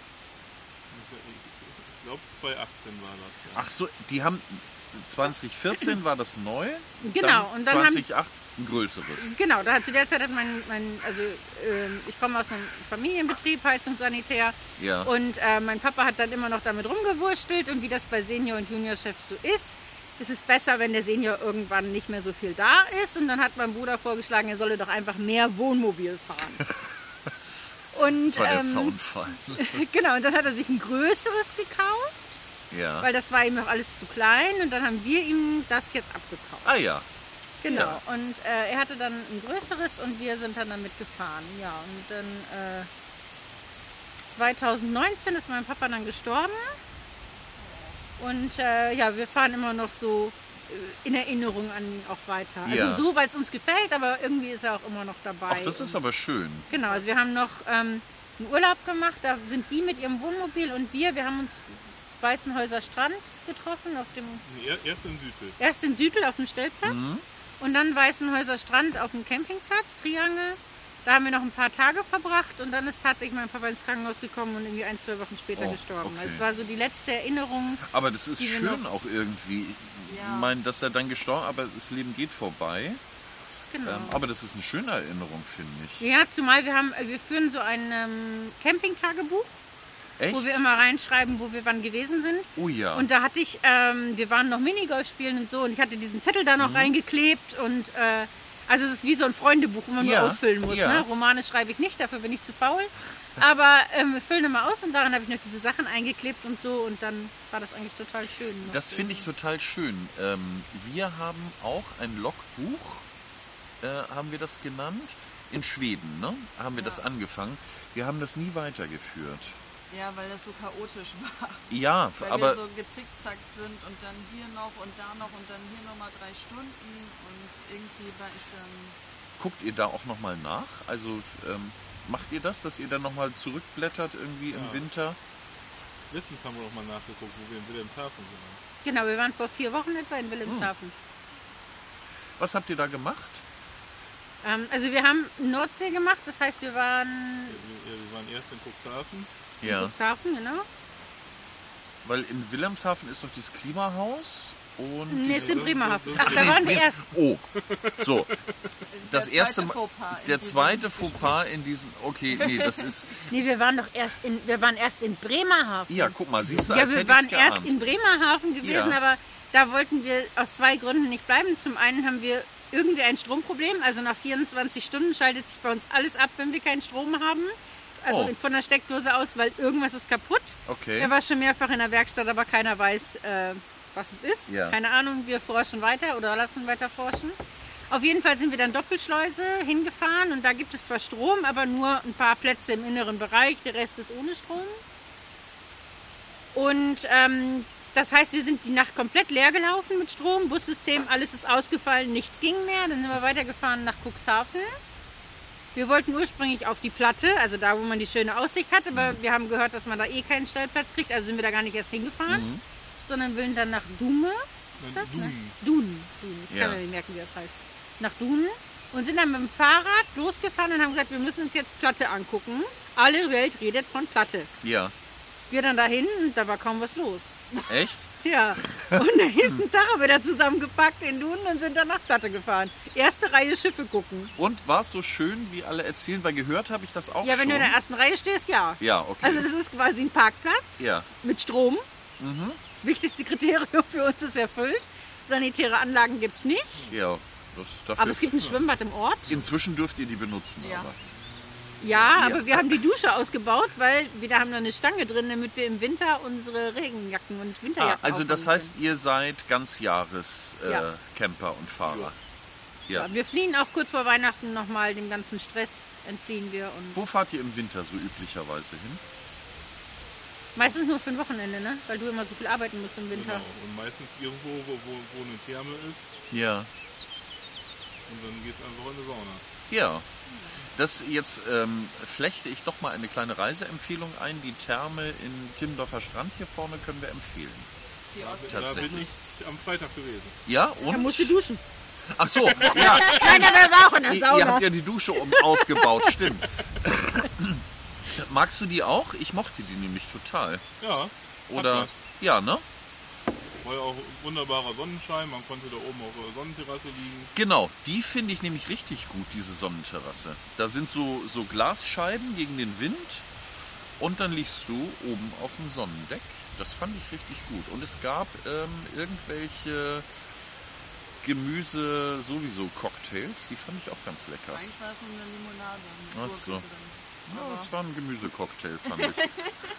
Ich glaube, zweitausendachtzehn war das. Ja. Ach so, die haben zwanzig vierzehn war das neu. Genau, und dann haben- zweitausendachtzehn ein größeres. Genau, da hat zu der Zeit hat mein, mein also ähm, ich komme aus einem Familienbetrieb, Heizungssanitär. Ja. Und äh, mein Papa hat dann immer noch damit rumgewurstelt und wie das bei Senior- und Juniorchefs so ist, ist es besser, wenn der Senior irgendwann nicht mehr so viel da ist. Und dann hat mein Bruder vorgeschlagen, er solle doch einfach mehr Wohnmobil fahren. Und, Das war der ähm, Zaunfall. genau, und dann hat er sich ein größeres gekauft, Ja. weil das war ihm noch alles zu klein. Und dann haben wir ihm das jetzt abgekauft. Ah ja. Genau, Ja. und äh, er hatte dann ein größeres und wir sind dann damit gefahren. Ja, und dann äh, zweitausendneunzehn ist mein Papa dann gestorben. Und äh, ja, wir fahren immer noch so äh, in Erinnerung an ihn auch weiter. Also Ja. so, weil es uns gefällt, aber irgendwie ist er auch immer noch dabei. Ach, das ist Und- aber schön. Genau, also wir haben noch ähm, einen Urlaub gemacht, da sind die mit ihrem Wohnmobil und wir, wir haben uns Weißenhäuser Strand getroffen, auf dem, Nee, er- erst in Südwil. erst in Südl auf dem Stellplatz. Mhm. Und dann Weißenhäuser Strand auf dem Campingplatz, Triangel. Da haben wir noch ein paar Tage verbracht und dann ist tatsächlich mein Papa ins Krankenhaus gekommen und irgendwie ein, zwei Wochen später Oh, gestorben. okay. Also es war so die letzte Erinnerung. Aber das ist Die wir schön noch- auch irgendwie. Ich Ja. meine, dass er dann gestorben, aber das Leben geht vorbei. Genau. Ähm, aber das ist eine schöne Erinnerung, finde ich. Ja, zumal wir haben, wir führen so ein ähm, Campingtagebuch, Echt? wo wir immer reinschreiben, wo wir wann gewesen sind. Oh ja. Und da hatte ich, ähm, wir waren noch Minigolf spielen und so und ich hatte diesen Zettel da Mhm. noch reingeklebt und äh, also es ist wie so ein Freundebuch, wo man Ja, nur ausfüllen muss. ja. Ne? Romane schreibe ich nicht, dafür bin ich zu faul. Aber ähm, wir füllen immer aus und daran habe ich noch diese Sachen eingeklebt und so und dann war das eigentlich total schön. noch Das so. finde ich total schön. Ähm, wir haben auch ein Logbuch, äh, haben wir das genannt, in Schweden, ne? Haben wir Ja. das angefangen. Wir haben das nie weitergeführt. Ja, weil das so chaotisch war. Ja, Weil aber wir so gezickzackt sind und dann hier noch und da noch und dann hier nochmal drei Stunden und irgendwie war ich dann... guckt ihr da auch nochmal nach? Also ähm, macht ihr das, dass ihr dann nochmal zurückblättert irgendwie im Ja. Winter? Letztens haben wir noch mal nachgeguckt, wo wir in Wilhelmshaven waren. Genau, wir waren vor vier Wochen etwa in Wilhelmshaven. Was habt ihr da gemacht? Ähm, also wir haben Nordsee gemacht, das heißt wir waren Wir, wir waren erst in Cuxhaven. in Ja, Cuxhaven, genau. weil in Wilhelmshaven ist noch dieses Klimahaus und Nee, diese- ist in Bremerhaven. das- Ach, da Nee, waren wir Bre- erst. Oh, so. Das Der erste zweite Mal, Fauxpas in der diesem zweite Gespräch. Fauxpas in diesem, okay, nee, das ist, Nee, wir waren doch erst in, wir waren erst in Bremerhaven. ja, guck mal, siehst du, Ja, als wir hätte waren ich's erst geahnt. in Bremerhaven gewesen, Ja. aber da wollten wir aus zwei Gründen nicht bleiben. Zum einen haben wir irgendwie ein Stromproblem, also nach vierundzwanzig Stunden schaltet sich bei uns alles ab, wenn wir keinen Strom haben. Also Oh. von der Steckdose aus, weil irgendwas ist kaputt. Okay. Er war schon mehrfach in der Werkstatt, aber keiner weiß, äh, was es ist. Ja. Keine Ahnung, wir forschen weiter oder lassen weiter forschen. Auf jeden Fall sind wir dann Doppelschleuse hingefahren und da gibt es zwar Strom, aber nur ein paar Plätze im inneren Bereich, der Rest ist ohne Strom. Und ähm, das heißt, wir sind die Nacht komplett leer gelaufen mit Strom, Bussystem, alles ist ausgefallen, nichts ging mehr. Dann sind wir weitergefahren nach Cuxhaven. Wir wollten ursprünglich auf die Platte, also da, wo man die schöne Aussicht hat, aber mhm. wir haben gehört, dass man da eh keinen Stellplatz kriegt, also sind wir da gar nicht erst hingefahren, mhm. sondern wollen dann nach Dume. Was ist das? Dunen. Ne? Dunen. Dunen. Ich Ja. kann mir nicht merken, wie das heißt. Nach Dunen und sind dann mit dem Fahrrad losgefahren und haben gesagt, wir müssen uns jetzt Platte angucken. Alle Welt redet von Platte. Ja. Wir dann dahin und da war kaum was los. Echt? Ja, und am nächsten Tag haben wir da zusammengepackt in Dunen und sind dann nach Platte gefahren. Erste Reihe Schiffe gucken. Und war es so schön, wie alle erzählen? Weil gehört habe ich das auch Ja, wenn schon. du in der ersten Reihe stehst, ja. Ja, okay. Also das ist quasi ein Parkplatz ja. mit Strom. Mhm. Das wichtigste Kriterium für uns ist erfüllt. Sanitäre Anlagen gibt es nicht. Ja, das dafür. Aber es gibt ein Schwimmbad im Ort. Inzwischen dürft ihr die benutzen, Ja. aber. Ja, Ja. aber wir haben die Dusche ausgebaut, weil wir da haben da eine Stange drin, damit wir im Winter unsere Regenjacken und Ah, Winterjacken also das aufhängen heißt, ihr seid Ganzjahres äh, Ja. Camper und Fahrer. Ja. können. Ja, wir fliehen auch kurz vor Weihnachten nochmal dem ganzen Stress, entfliehen wir. Und Wo fahrt ihr im Winter so üblicherweise hin? meistens nur für ein Wochenende, ne? Weil du immer so viel arbeiten musst im Winter. Genau. Und meistens irgendwo, wo, wo, wo eine Therme ist. Ja. Und dann geht es einfach in eine Sauna. Ja. Das jetzt ähm, flechte ich doch mal eine kleine Reiseempfehlung ein. Die Therme in Timmendorfer Strand hier vorne können wir empfehlen. Die Ostsee. Da Tatsächlich. bin ich am Freitag gewesen. Ja, Da und? musst du duschen. Ach so, ja. Nein, aber war auch in der Ihr, ihr Sauna. habt ja die Dusche um, ausgebaut, stimmt. Magst du die auch? Ich mochte die nämlich total. Ja. hat Oder? was. Ja, ne? War ja auch wunderbarer Sonnenschein. Man konnte da oben auf der Sonnenterrasse liegen. Genau, die finde ich nämlich richtig gut, diese Sonnenterrasse. Da sind so, so Glasscheiben gegen den Wind und dann liegst du oben auf dem Sonnendeck. Das fand ich richtig gut. Und es gab ähm, irgendwelche Gemüse, sowieso Cocktails, die fand ich auch ganz lecker. Eigentlich war es nur eine Limonade mit Ach Gurke so. drin. Ja, Aber das war ein Gemüsecocktail, fand ich.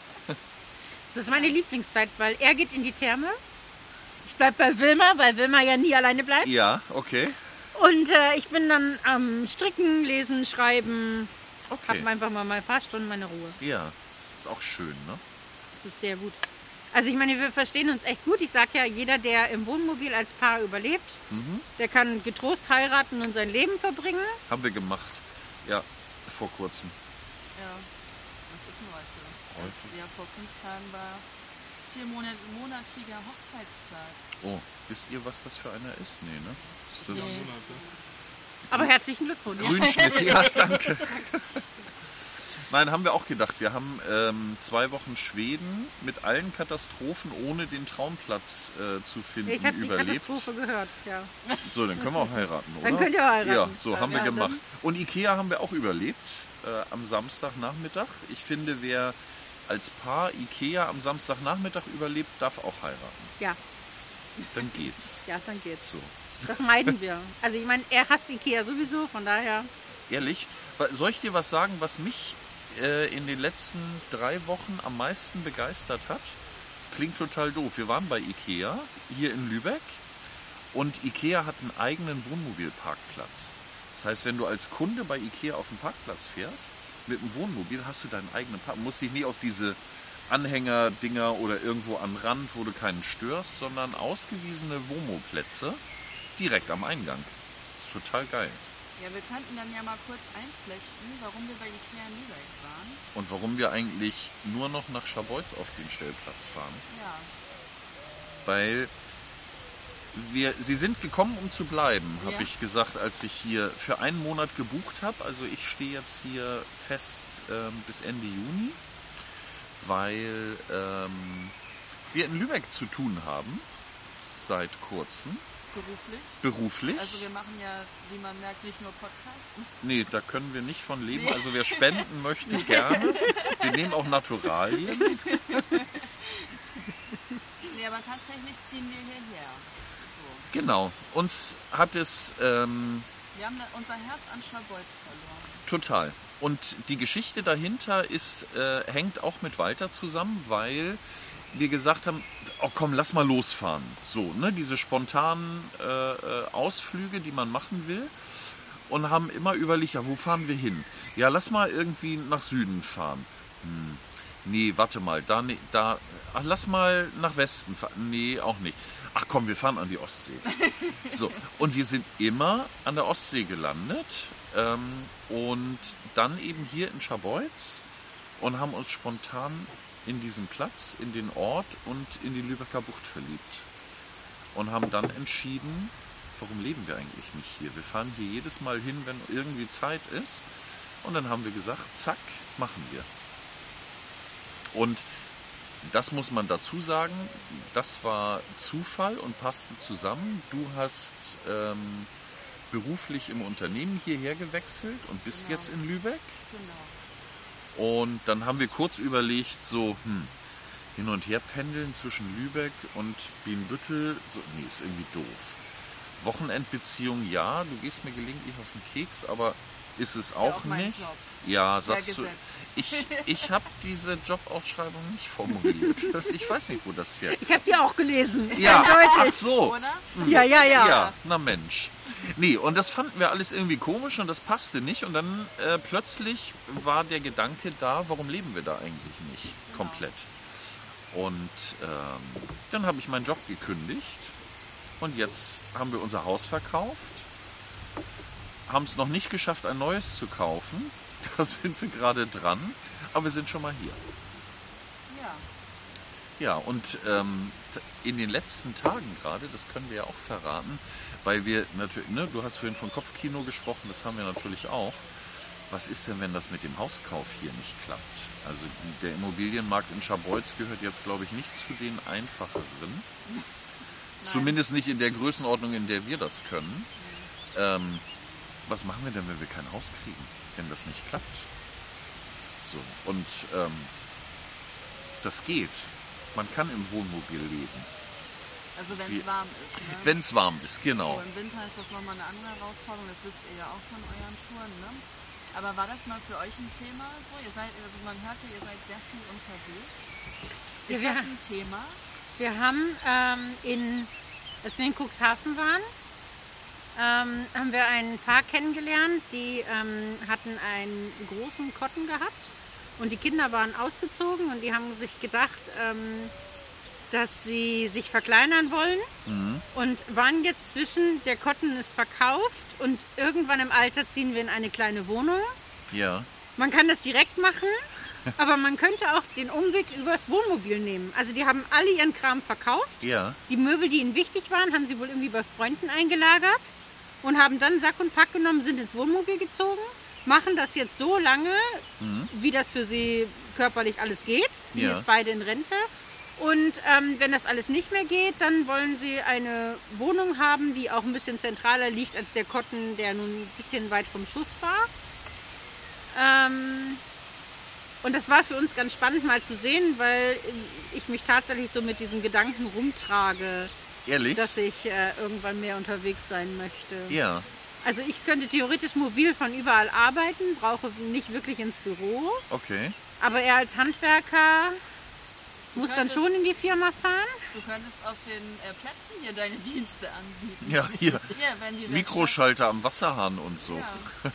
Das ist meine Lieblingszeit, weil er geht in die Therme. Ich bleib bei Wilma, weil Wilma ja nie alleine bleibt. Ja, okay. Und äh, ich bin dann am Stricken, Lesen, Schreiben. Okay. Hab einfach mal ein paar Stunden meine Ruhe. Ja, ist auch schön, ne? Das ist sehr gut. Also ich meine, wir verstehen uns echt gut. Ich sag ja, jeder, der im Wohnmobil als Paar überlebt, Mhm. der kann getrost heiraten und sein Leben verbringen. Haben wir gemacht. Ja, vor kurzem. ja, was ist denn heute? Heute. Das, ja, vor fünf Tagen war vier Monat, monatiger Hochzeitstag. Oh, wisst ihr, was das für einer ist? Nee, ne? Ist das Nee. Monate. Aber herzlichen Glückwunsch. Grünschnitt? Ja, danke. Nein, haben wir auch gedacht. Wir haben ähm, zwei Wochen Schweden mit allen Katastrophen, ohne den Traumplatz äh, zu finden, Ich habe die überlebt. Katastrophe gehört, ja. So, dann können wir auch heiraten, oder? Dann könnt ihr heiraten. Ja, so haben wir Ja, gemacht. dann- Und Ikea haben wir auch überlebt äh, am Samstagnachmittag. Ich finde, wer als Paar Ikea am Samstagnachmittag überlebt, darf auch heiraten. Ja, Dann geht's. ja, dann geht's. So. Das meiden wir. Also ich meine, er hasst Ikea sowieso, von daher. Ehrlich, wa- soll ich dir was sagen, was mich äh, in den letzten drei Wochen am meisten begeistert hat? Das klingt total doof. Wir waren bei Ikea hier in Lübeck und Ikea hat einen eigenen Wohnmobilparkplatz. Das heißt, wenn du als Kunde bei Ikea auf den Parkplatz fährst, mit dem Wohnmobil hast du deinen eigenen Park. Du musst dich nie auf diese Anhängerdinger oder irgendwo am Rand, wo du keinen störst, sondern ausgewiesene Womo-Plätze direkt am Eingang. Das ist total geil. Ja, wir könnten dann ja mal kurz einflechten, warum wir bei Ikea in Lübeck waren. Und warum wir eigentlich nur noch nach Scharbeutz auf den Stellplatz fahren. Ja, Weil wir, sie sind gekommen, um zu bleiben, habe Ja. ich gesagt, als ich hier für einen Monat gebucht habe. Also ich stehe jetzt hier fest ähm, bis Ende Juni, weil ähm, wir in Lübeck zu tun haben, seit kurzem, beruflich. beruflich. Also wir machen ja, wie man merkt, nicht nur Podcasten. Nee, da können wir nicht von leben. Nee. Also wer spenden möchte, gerne. Wir nehmen auch Naturalien. Nee, aber tatsächlich ziehen wir hierher. So. Genau. Uns hat es ähm, Wir haben da unser Herz an Scharbeutz verloren. total. Und die Geschichte dahinter ist, äh, hängt auch mit Walter zusammen, weil wir gesagt haben, oh komm, lass mal losfahren. So, ne, diese spontanen äh, äh, Ausflüge, die man machen will. Und haben immer überlegt, ja, wo fahren wir hin? Ja, lass mal irgendwie nach Süden fahren. Hm. Nee, warte mal, da, ne, da, ach, lass mal nach Westen fahren. Nee, auch nicht. Ach komm, wir fahren an die Ostsee. So, und wir sind immer an der Ostsee gelandet Ähm, und dann eben hier in Scharbeutz und haben uns spontan in diesen Platz, in den Ort und in die Lübecker Bucht verliebt. Und haben dann entschieden, warum leben wir eigentlich nicht hier? Wir fahren hier jedes Mal hin, wenn irgendwie Zeit ist. Und dann haben wir gesagt, zack, machen wir. Und das muss man dazu sagen, das war Zufall und passte zusammen. Du hast ähm, beruflich im Unternehmen hierher gewechselt und bist Genau. jetzt in Lübeck. Genau. Und dann haben wir kurz überlegt, so hm, hin und her pendeln zwischen Lübeck und Bienenbüttel. So, nee, ist irgendwie doof. Wochenendbeziehung, ja, du gehst mir gelegentlich auf den Keks, aber ist es auch, auch mein nicht. Job. Ja, sagst du. Gesetz. Ich, ich habe diese Jobausschreibung nicht formuliert. Das, ich weiß nicht, wo das her. Ich habe die auch gelesen. Ja, ach Eindeutig. so. Oder? Ja, ja, ja. Ja, na Mensch. Nee, und das fanden wir alles irgendwie komisch und das passte nicht. Und dann äh, plötzlich war der Gedanke da, warum leben wir da eigentlich nicht komplett? Und ähm, dann habe ich meinen Job gekündigt und jetzt haben wir unser Haus verkauft. Haben es noch nicht geschafft, ein neues zu kaufen. Da sind wir gerade dran, aber wir sind schon mal hier. Ja. Ja, und ähm, in den letzten Tagen gerade, das können wir ja auch verraten, weil wir natürlich, ne, du hast vorhin von Kopfkino gesprochen, das haben wir natürlich auch. Was ist denn, wenn das mit dem Hauskauf hier nicht klappt? Also der Immobilienmarkt in Scharbeutz gehört jetzt, glaube ich, nicht zu den einfacheren. Zumindest nicht in der Größenordnung, in der wir das können. Ähm, was machen wir denn, wenn wir kein Haus kriegen, wenn das nicht klappt? So, und ähm, das geht. Man kann im Wohnmobil leben. Also wenn Wie- es warm ist. Ne? Wenn es warm ist, genau. So, im Winter ist das nochmal eine andere Herausforderung, das wisst ihr ja auch von euren Touren. Ne? Aber war das mal für euch ein Thema? So, ihr seid, also man hörte, ihr seid sehr viel unterwegs. Ist Ja, wir- das ein Thema? Wir haben ähm, in, als wir in Cuxhaven waren, ähm, haben wir ein Paar kennengelernt, die ähm, hatten einen großen Kotten gehabt und die Kinder waren ausgezogen und die haben sich gedacht, ähm, dass sie sich verkleinern wollen und waren jetzt zwischen, der Kotten ist verkauft und irgendwann im Alter ziehen wir in eine kleine Wohnung. Ja, Man kann das direkt machen, aber man könnte auch den Umweg übers Wohnmobil nehmen. Also die haben alle ihren Kram verkauft. ja, Die Möbel, die ihnen wichtig waren, haben sie wohl irgendwie bei Freunden eingelagert und haben dann Sack und Pack genommen, sind ins Wohnmobil gezogen, machen das jetzt so lange, wie das für sie körperlich alles geht. Die Ja. jetzt beide in Rente. Und ähm, wenn das alles nicht mehr geht, dann wollen sie eine Wohnung haben, die auch ein bisschen zentraler liegt als der Kotten, der nun ein bisschen weit vom Schuss war. Ähm, und das war für uns ganz spannend mal zu sehen, weil ich mich tatsächlich so mit diesem Gedanken rumtrage, ehrlich? dass ich äh, irgendwann mehr unterwegs sein möchte. Ja, Also ich könnte theoretisch mobil von überall arbeiten, brauche nicht wirklich ins Büro, okay. aber er als Handwerker muss dann könntest- schon in die Firma fahren. Du könntest auf den äh, Plätzen hier deine Dienste anbieten. Ja, hier. Ja, wenn die Mikroschalter am Wasserhahn und so. Ja. Ja.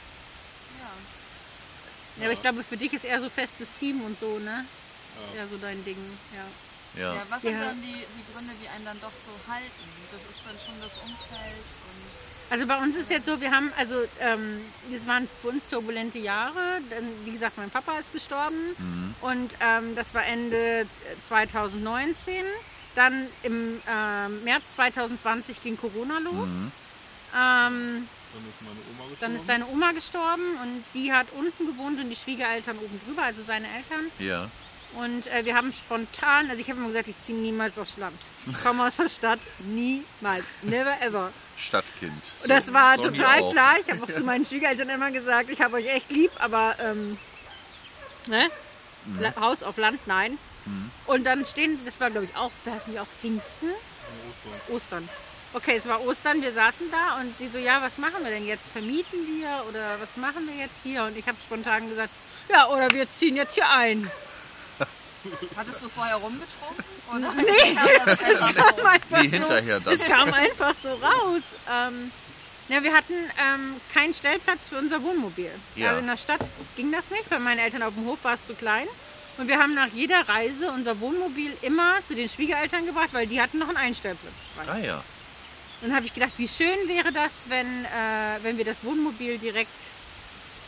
Ja, aber ich glaube, für dich ist eher so festes Team und so, ne? Ist eher so dein Ding, ja. Ja. Ja, was sind Ja. dann die, die Gründe, die einen dann doch so halten? Das ist dann schon das Umfeld und Also bei uns ist jetzt so, wir haben, also ähm, es waren für uns turbulente Jahre. Denn, wie gesagt, mein Papa ist gestorben und ähm, das war Ende zwanzig neunzehn. Dann im ähm, März zwanzig zwanzig ging Corona los. Ähm, Dann ist meine Oma gestorben. dann ist deine Oma gestorben und die hat unten gewohnt und die Schwiegereltern oben drüber, also seine Eltern. Ja. Und äh, wir haben spontan, also ich habe immer gesagt, ich ziehe niemals aufs Land. Ich komme aus der Stadt, niemals, never ever. Stadtkind. Und das war Sonny total auch. klar. Ich habe auch zu meinen Schwiegereltern immer gesagt, ich habe euch echt lieb, aber ähm, ne? La- Haus auf Land, nein. Und dann stehen, das war glaube ich auch, war es nicht auch Pfingsten? Ostern. Ostern. Okay, es war Ostern, wir saßen da und die so, ja, was machen wir denn jetzt? Vermieten wir oder was machen wir jetzt hier? Und ich habe spontan gesagt, ja, oder wir ziehen jetzt hier ein. hattest du vorher rumgetrunken? Oder Nee, das es kam einfach Nee, so, hinterher dann. es kam einfach so raus. Ähm, ja, wir hatten ähm, keinen Stellplatz für unser Wohnmobil. Ja. Also in der Stadt ging das nicht, bei meinen Eltern auf dem Hof war es zu klein. Und wir haben nach jeder Reise unser Wohnmobil immer zu den Schwiegereltern gebracht, weil die hatten noch einen Einstellplatz frei. Ah ja. Und dann habe ich gedacht, wie schön wäre das, wenn, äh, wenn wir das Wohnmobil direkt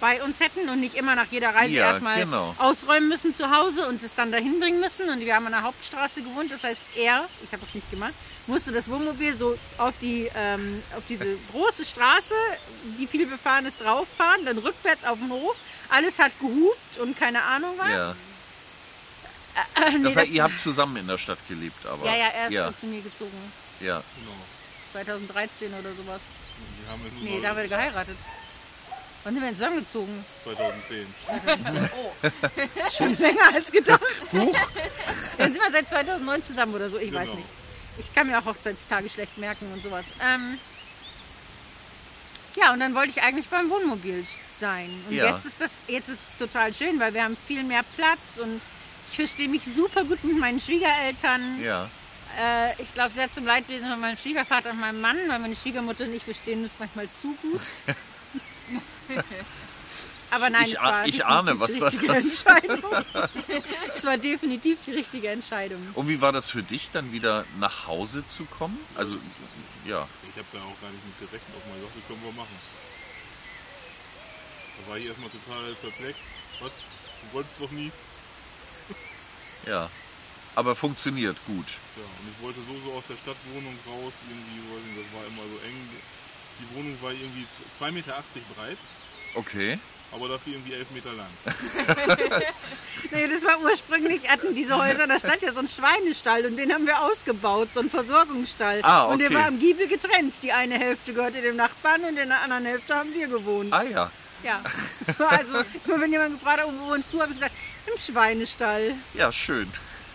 bei uns hätten und nicht immer nach jeder Reise Ja, erstmal genau. ausräumen müssen zu Hause und es dann dahin bringen müssen. Und wir haben an der Hauptstraße gewohnt, das heißt er, ich habe das nicht gemacht, musste das Wohnmobil so auf, die, ähm, auf diese große Straße, die viel befahren ist, drauf fahren, dann rückwärts auf den Hof. Alles hat gehupt und keine Ahnung was. Ja. Äh, nee, Das heißt, das- ihr habt zusammen in der Stadt gelebt, aber. ja, ja, er ist ja, zu mir gezogen. ja. Genau. zweitausenddreizehn oder sowas. Die haben jetzt nur Nee, noch da haben wir geheiratet. Wann sind wir denn zusammengezogen? zweitausendzehn. Oh, Schon länger als gedacht. Huch. Dann sind wir seit zweitausendneun zusammen oder so, ich weiß Genau. nicht. Ich kann mir auch Hochzeitstage schlecht merken und sowas. Ähm ja, und dann wollte ich eigentlich beim Wohnmobil sein. Und Ja. jetzt ist das, jetzt ist es total schön, weil wir haben viel mehr Platz und ich verstehe mich super gut mit meinen Schwiegereltern. Ja. Äh, ich glaube sehr zum Leidwesen von meinem Schwiegervater und meinem Mann, weil meine Schwiegermutter und ich verstehen uns manchmal zu gut. Aber nein, Ich es ah- war ich definitiv ahne, was die da richtige das- Entscheidung. Es war definitiv die richtige Entscheidung. Und wie war das für dich, dann wieder nach Hause zu kommen? Also, ja. Ich habe da auch gar nicht mit gerechnet, ob man sagt, das können wir machen. Da war ich erstmal total perplex. Was? Du wolltest doch nie? Ja. Aber funktioniert gut. Ja, und ich wollte so, so aus der Stadtwohnung raus, irgendwie, weiß nicht, das war immer so eng. Die Wohnung war irgendwie zwei Meter achtzig breit, Okay. aber dafür irgendwie elf Meter lang. Nee, das war ursprünglich, hatten diese Häuser, da stand ja so ein Schweinestall und den haben wir ausgebaut, so ein Versorgungsstall. Ah, Und der okay. war am Giebel getrennt. Die eine Hälfte gehörte dem Nachbarn und in der anderen Hälfte haben wir gewohnt. Ah ja. Ja, das war also, immer wenn jemand gefragt hat, wo wohnst du, habe ich gesagt, im Schweinestall. Ja, schön.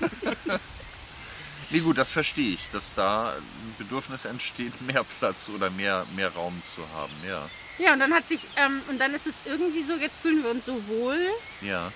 Nee, gut, das verstehe ich, dass da ein Bedürfnis entsteht, mehr Platz oder mehr, mehr Raum zu haben. Ja. Ja, und dann hat sich, ähm, und dann ist es irgendwie so, jetzt fühlen wir uns so wohl. Ja.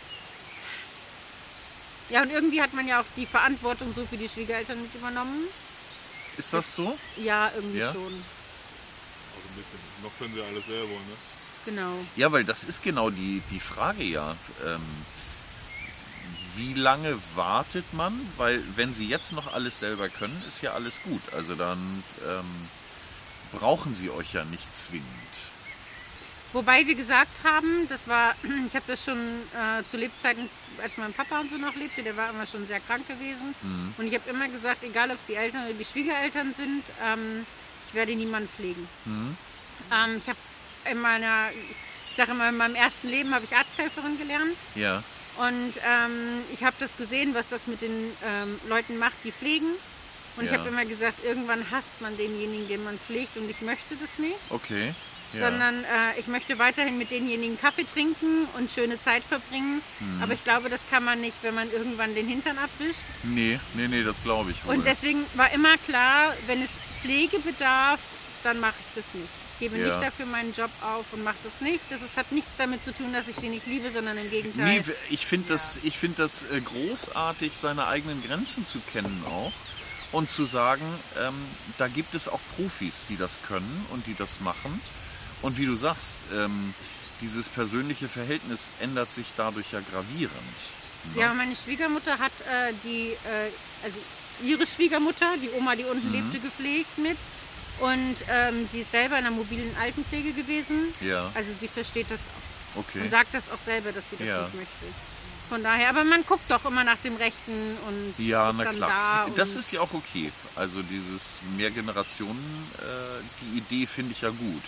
Ja, und irgendwie hat man ja auch die Verantwortung so für die Schwiegereltern mit übernommen. Ist das so? Ja, irgendwie Ja. schon. Also ein bisschen. Noch können sie alles selber, ne? Genau. Ja, weil das ist genau die, die Frage ja. Ähm, wie lange wartet man? Weil wenn sie jetzt noch alles selber können, ist ja alles gut. Also dann ähm, brauchen sie euch ja nicht zwingend. Wobei wir gesagt haben, das war, ich habe das schon äh, zu Lebzeiten, als mein Papa und so noch lebte, der war immer schon sehr krank gewesen. Mhm. Und ich habe immer gesagt, egal ob es die Eltern oder die Schwiegereltern sind, ähm, ich werde niemanden pflegen. Mhm. Ähm, ich habe in meiner, ich sage immer, in meinem ersten Leben habe ich Arzthelferin gelernt. Ja. Und ähm, ich habe das gesehen, was das mit den ähm, Leuten macht, die pflegen. Und ich Ja. habe immer gesagt, irgendwann hasst man denjenigen, den man pflegt. Und ich möchte das nicht. Okay. Ja. Sondern äh, ich möchte weiterhin mit denjenigen Kaffee trinken und schöne Zeit verbringen. Mhm. Aber ich glaube, das kann man nicht, wenn man irgendwann den Hintern abwischt. Nee, nee, nee, das glaube ich wohl. Und deswegen war immer klar, wenn es Pflege bedarf, dann mache ich das nicht. Ich gebe Ja. nicht dafür meinen Job auf und mache das nicht. Das ist, hat nichts damit zu tun, dass ich sie nicht liebe, sondern im Gegenteil. Nee, ich finde das, ich find das äh, großartig, seine eigenen Grenzen zu kennen auch. Und zu sagen, ähm, da gibt es auch Profis, die das können und die das machen. Und wie du sagst, ähm, dieses persönliche Verhältnis ändert sich dadurch ja gravierend. Ne? Ja, meine Schwiegermutter hat äh, die, äh, also ihre Schwiegermutter, die Oma, die unten Mhm. lebte, gepflegt mit. Und ähm, sie ist selber in der mobilen Altenpflege gewesen. Ja, Also sie versteht das auch okay. und sagt das auch selber, dass sie das Ja. nicht möchte. Von daher, aber man guckt doch immer nach dem Rechten und Ja, ist na dann klar. da. Das und- ist ja auch okay. Also dieses Mehrgenerationen, äh, die Idee finde ich ja gut.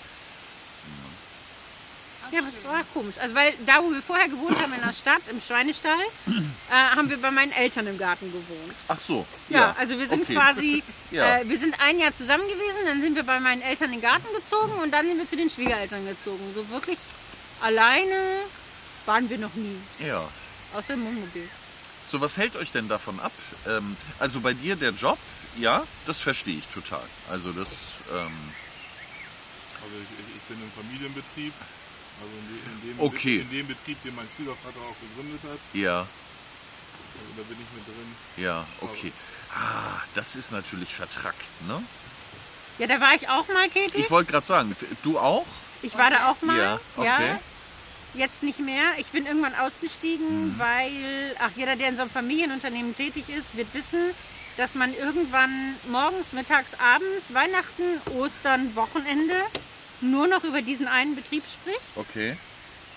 Ja, aber das war komisch. Also weil da, wo wir vorher gewohnt haben in der Stadt, im Schweinestall, äh, haben wir bei meinen Eltern im Garten gewohnt. Ach so. Ja, also wir sind okay. quasi, Ja. äh, wir sind ein Jahr zusammen gewesen, dann sind wir bei meinen Eltern in den Garten gezogen und dann sind wir zu den Schwiegereltern gezogen. So wirklich alleine waren wir noch nie, Ja. außer im Wohnmobil. So, was hält euch denn davon ab? Ähm, also bei dir der Job, ja, das verstehe ich total. Also das, ähm, Also ich, ich, ich bin im Familienbetrieb. Also in, de, in, dem, Okay. in dem Betrieb, den mein Schwiegervater auch gegründet hat. ja, Also da bin ich mit drin. ja, okay. Ah, das ist natürlich vertrackt, ne? Ja, da war ich auch mal tätig. Ich wollte gerade sagen, du auch? Ich war da auch mal. Ja, okay. Jetzt nicht mehr. Ich bin irgendwann ausgestiegen, weil, ach, jeder, der in so einem Familienunternehmen tätig ist, wird wissen, dass man irgendwann morgens, mittags, abends, Weihnachten, Ostern, Wochenende nur noch über diesen einen Betrieb spricht. Okay.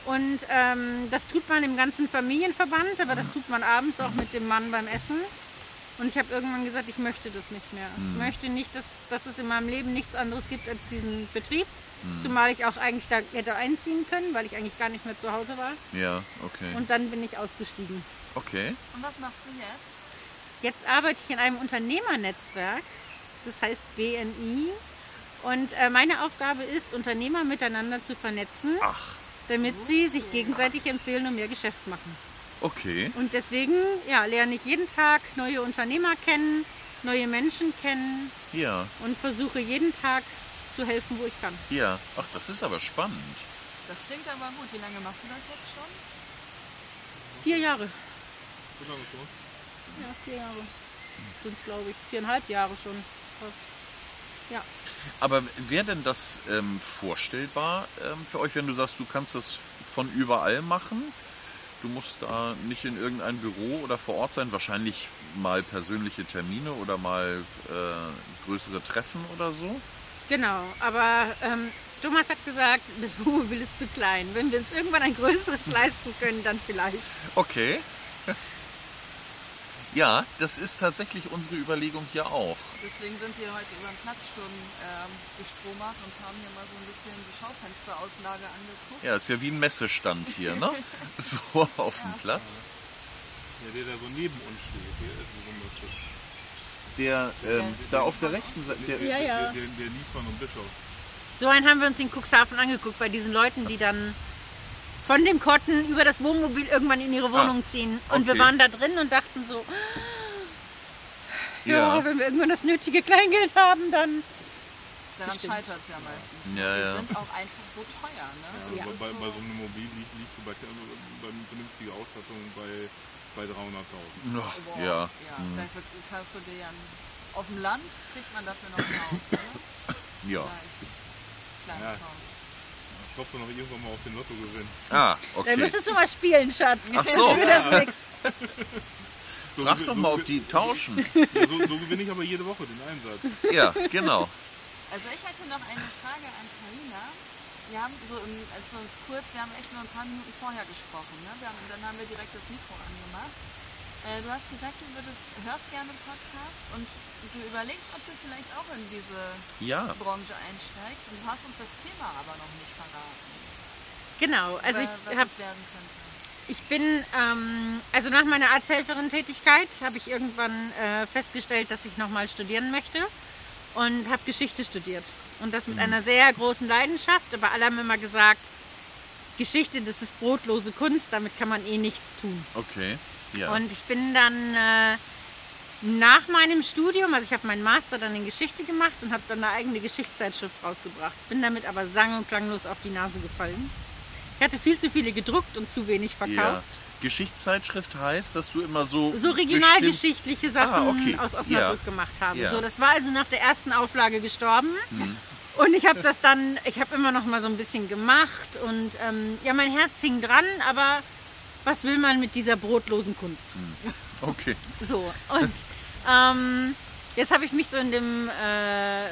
Und ähm, das tut man im ganzen Familienverband, aber das tut man abends auch mit dem Mann beim Essen. Und ich habe irgendwann gesagt, ich möchte das nicht mehr. Mhm. Ich möchte nicht, dass, dass es in meinem Leben nichts anderes gibt als diesen Betrieb. Mhm. Zumal ich auch eigentlich da hätte einziehen können, weil ich eigentlich gar nicht mehr zu Hause war. Ja, okay. Und dann bin ich ausgestiegen. Okay. Und was machst du jetzt? Jetzt arbeite ich in einem Unternehmernetzwerk, das heißt B N I. Und äh, meine Aufgabe ist, Unternehmer miteinander zu vernetzen, Ach. damit sie sich gegenseitig empfehlen und mehr Geschäft machen. Okay. Und deswegen ja, lerne ich jeden Tag neue Unternehmer kennen, neue Menschen kennen Ja. und versuche jeden Tag zu helfen, wo ich kann. Ja. Ach, das ist aber spannend. Das klingt aber gut. Wie lange machst du das jetzt schon? Vier Jahre. So lange schon. Ja, vier Jahre. Sind es, glaube ich. Viereinhalb Jahre schon. Fast. Ja. Aber wäre denn das ähm, vorstellbar ähm, für euch, wenn du sagst, du kannst das von überall machen? Du musst da nicht in irgendein Büro oder vor Ort sein, wahrscheinlich mal persönliche Termine oder mal äh, größere Treffen oder so? Genau, aber ähm, Thomas hat gesagt, das Wohnmobil ist zu klein. Wenn wir uns irgendwann ein größeres leisten können, dann vielleicht. Okay. Ja, das ist tatsächlich unsere Überlegung hier auch. Deswegen sind wir heute über den Platz schon ähm, gestromert und haben hier mal so ein bisschen die Schaufensterauslage angeguckt. Ja, ist ja wie ein Messestand hier, ne? So auf dem Platz. Ja, der da so neben uns steht, der ist wunderschön. Der, ähm, da auf der rechten Seite, der, Ja, ja. Der, der, der Niesmann und Bischof. So einen haben wir uns in Cuxhaven angeguckt, bei diesen Leuten, die dann von dem Kotten über das Wohnmobil irgendwann in ihre Wohnung Ah, ziehen. Und okay. wir waren da drin und dachten so, ja, Ja. wenn wir irgendwann das nötige Kleingeld haben, dann... Daran Bestimmt. scheitert es ja meistens. Ja, die ja. sind auch einfach so teuer. Ne? Also Das bei, ist bei so- so einem Mobil liegst, liegst du bei, bei vernünftiger Ausstattung bei, bei dreihunderttausend. Ach, Boah, ja. ja. Hm. Dafür kannst du dir ja ein, auf dem Land kriegt man dafür noch ein Haus, oder? Ja. Vielleicht. Kleines Ja. Haus. Ich hoffe noch irgendwann mal auf den Lotto gewinnen. Ah, Dann okay. müsstest du mal spielen, Schatz. Ach so. Für das nix. So, Frag so, doch so, mal, ob die tauschen. Ja, so, so gewinne ich aber jede Woche den Einsatz. Ja, genau. Also ich hätte noch eine Frage an Carina. Wir haben so, im, als wir uns kurz, wir haben echt nur ein paar Minuten vorher gesprochen. Ne? Wir haben, dann haben wir direkt das Mikro angemacht. Äh, du hast gesagt, du würdest, hörst gerne Podcasts und du überlegst, ob du vielleicht auch in diese Ja. Branche einsteigst. Und du hast uns das Thema aber noch nicht verraten. Genau, also Wa- ich was habe es werden könnte. Ich bin, ähm, also nach meiner Arzthelferin-Tätigkeit habe ich irgendwann äh, festgestellt, dass ich nochmal studieren möchte und habe Geschichte studiert. Und das mit einer sehr großen Leidenschaft, aber alle haben immer gesagt, Geschichte, das ist brotlose Kunst, damit kann man eh nichts tun. Okay. Ja. Und ich bin dann äh, nach meinem Studium, also ich habe meinen Master dann in Geschichte gemacht und habe dann eine eigene Geschichtszeitschrift rausgebracht. Bin damit aber sang- und klanglos auf die Nase gefallen. Ich hatte viel zu viele gedruckt und zu wenig verkauft. ja. Geschichtszeitschrift heißt, dass du immer so... So bestimmt- regionalgeschichtliche Sachen Ah, okay. aus Osnabrück Ja. gemacht habe. Ja. So, das war also nach der ersten Auflage gestorben. Und ich habe das dann, ich habe immer noch mal so ein bisschen gemacht. Und ähm, ja, mein Herz hing dran, aber was will man mit dieser brotlosen Kunst? Okay. So, und ähm, jetzt habe ich mich so in dem, äh,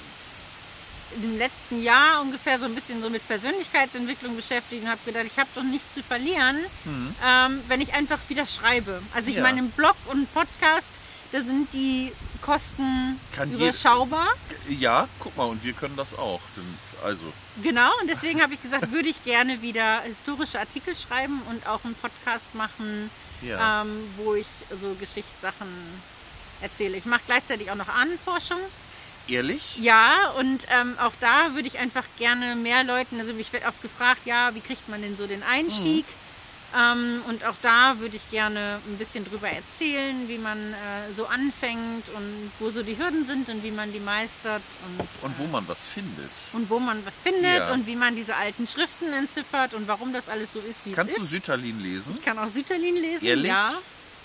in dem letzten Jahr ungefähr so ein bisschen so mit Persönlichkeitsentwicklung beschäftigt und habe gedacht, ich habe doch nichts zu verlieren, ähm, wenn ich einfach wieder schreibe. Also ich Ja. meine, im Blog und Podcast, da sind die Kosten Kann je- überschaubar. Ja, guck mal, und wir können das auch. Denn- Also, Genau, und deswegen habe ich gesagt, würde ich gerne wieder historische Artikel schreiben und auch einen Podcast machen, ja. ähm, wo ich so Geschichtssachen erzähle. Ich mache gleichzeitig auch noch Ahnenforschung. Ehrlich? Ja, und ähm, auch da würde ich einfach gerne mehr Leuten, also ich werde oft gefragt, ja, wie kriegt man denn so den Einstieg? Ähm, und auch da würde ich gerne ein bisschen drüber erzählen, wie man äh, so anfängt und wo so die Hürden sind und wie man die meistert und, Und wo man was findet. und wo man was findet Ja. und wie man diese alten Schriften entziffert und warum das alles so ist, wie Kannst es du ist. Sütterlin lesen? Ich kann auch Sütterlin lesen, Ehrlich? ja.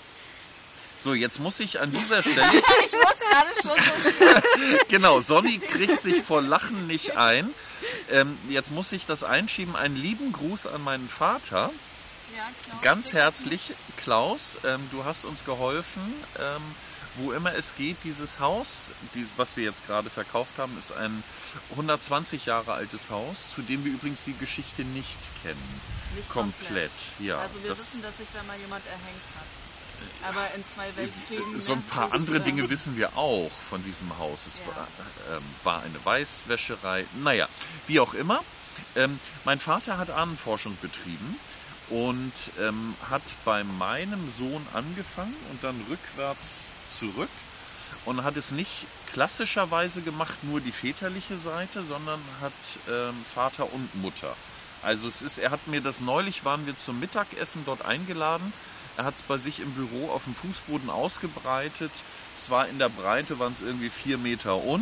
So, jetzt muss ich an dieser Stelle... Ich muss gerade schon so Genau, Sonny kriegt sich vor Lachen nicht ein. Ähm, jetzt muss ich das einschieben. Einen lieben Gruß an meinen Vater. ja, Klaus, Ganz bitte. herzlich, Klaus. Ähm, du hast uns geholfen, ähm, wo immer es geht, dieses Haus, dies, was wir jetzt gerade verkauft haben, ist ein hundertzwanzig Jahre altes Haus, zu dem wir übrigens die Geschichte nicht kennen. Nicht komplett. Ja, also wir das, wissen, dass sich da mal jemand erhängt hat. Aber in zwei Weltkriegen... so ein ne, paar ist, andere äh, Dinge wissen wir auch von diesem Haus. Es Ja. war, ähm, war eine Weißwäscherei. Naja, wie auch immer. Ähm, mein Vater hat Ahnenforschung betrieben und ähm, hat bei meinem Sohn angefangen und dann rückwärts zurück und hat es nicht klassischerweise gemacht, nur die väterliche Seite, sondern hat ähm, Vater und Mutter. Also es ist, er hat mir das neulich, waren wir zum Mittagessen dort eingeladen. Er hat es bei sich im Büro auf dem Fußboden ausgebreitet. Es war in der Breite, waren es irgendwie vier Meter und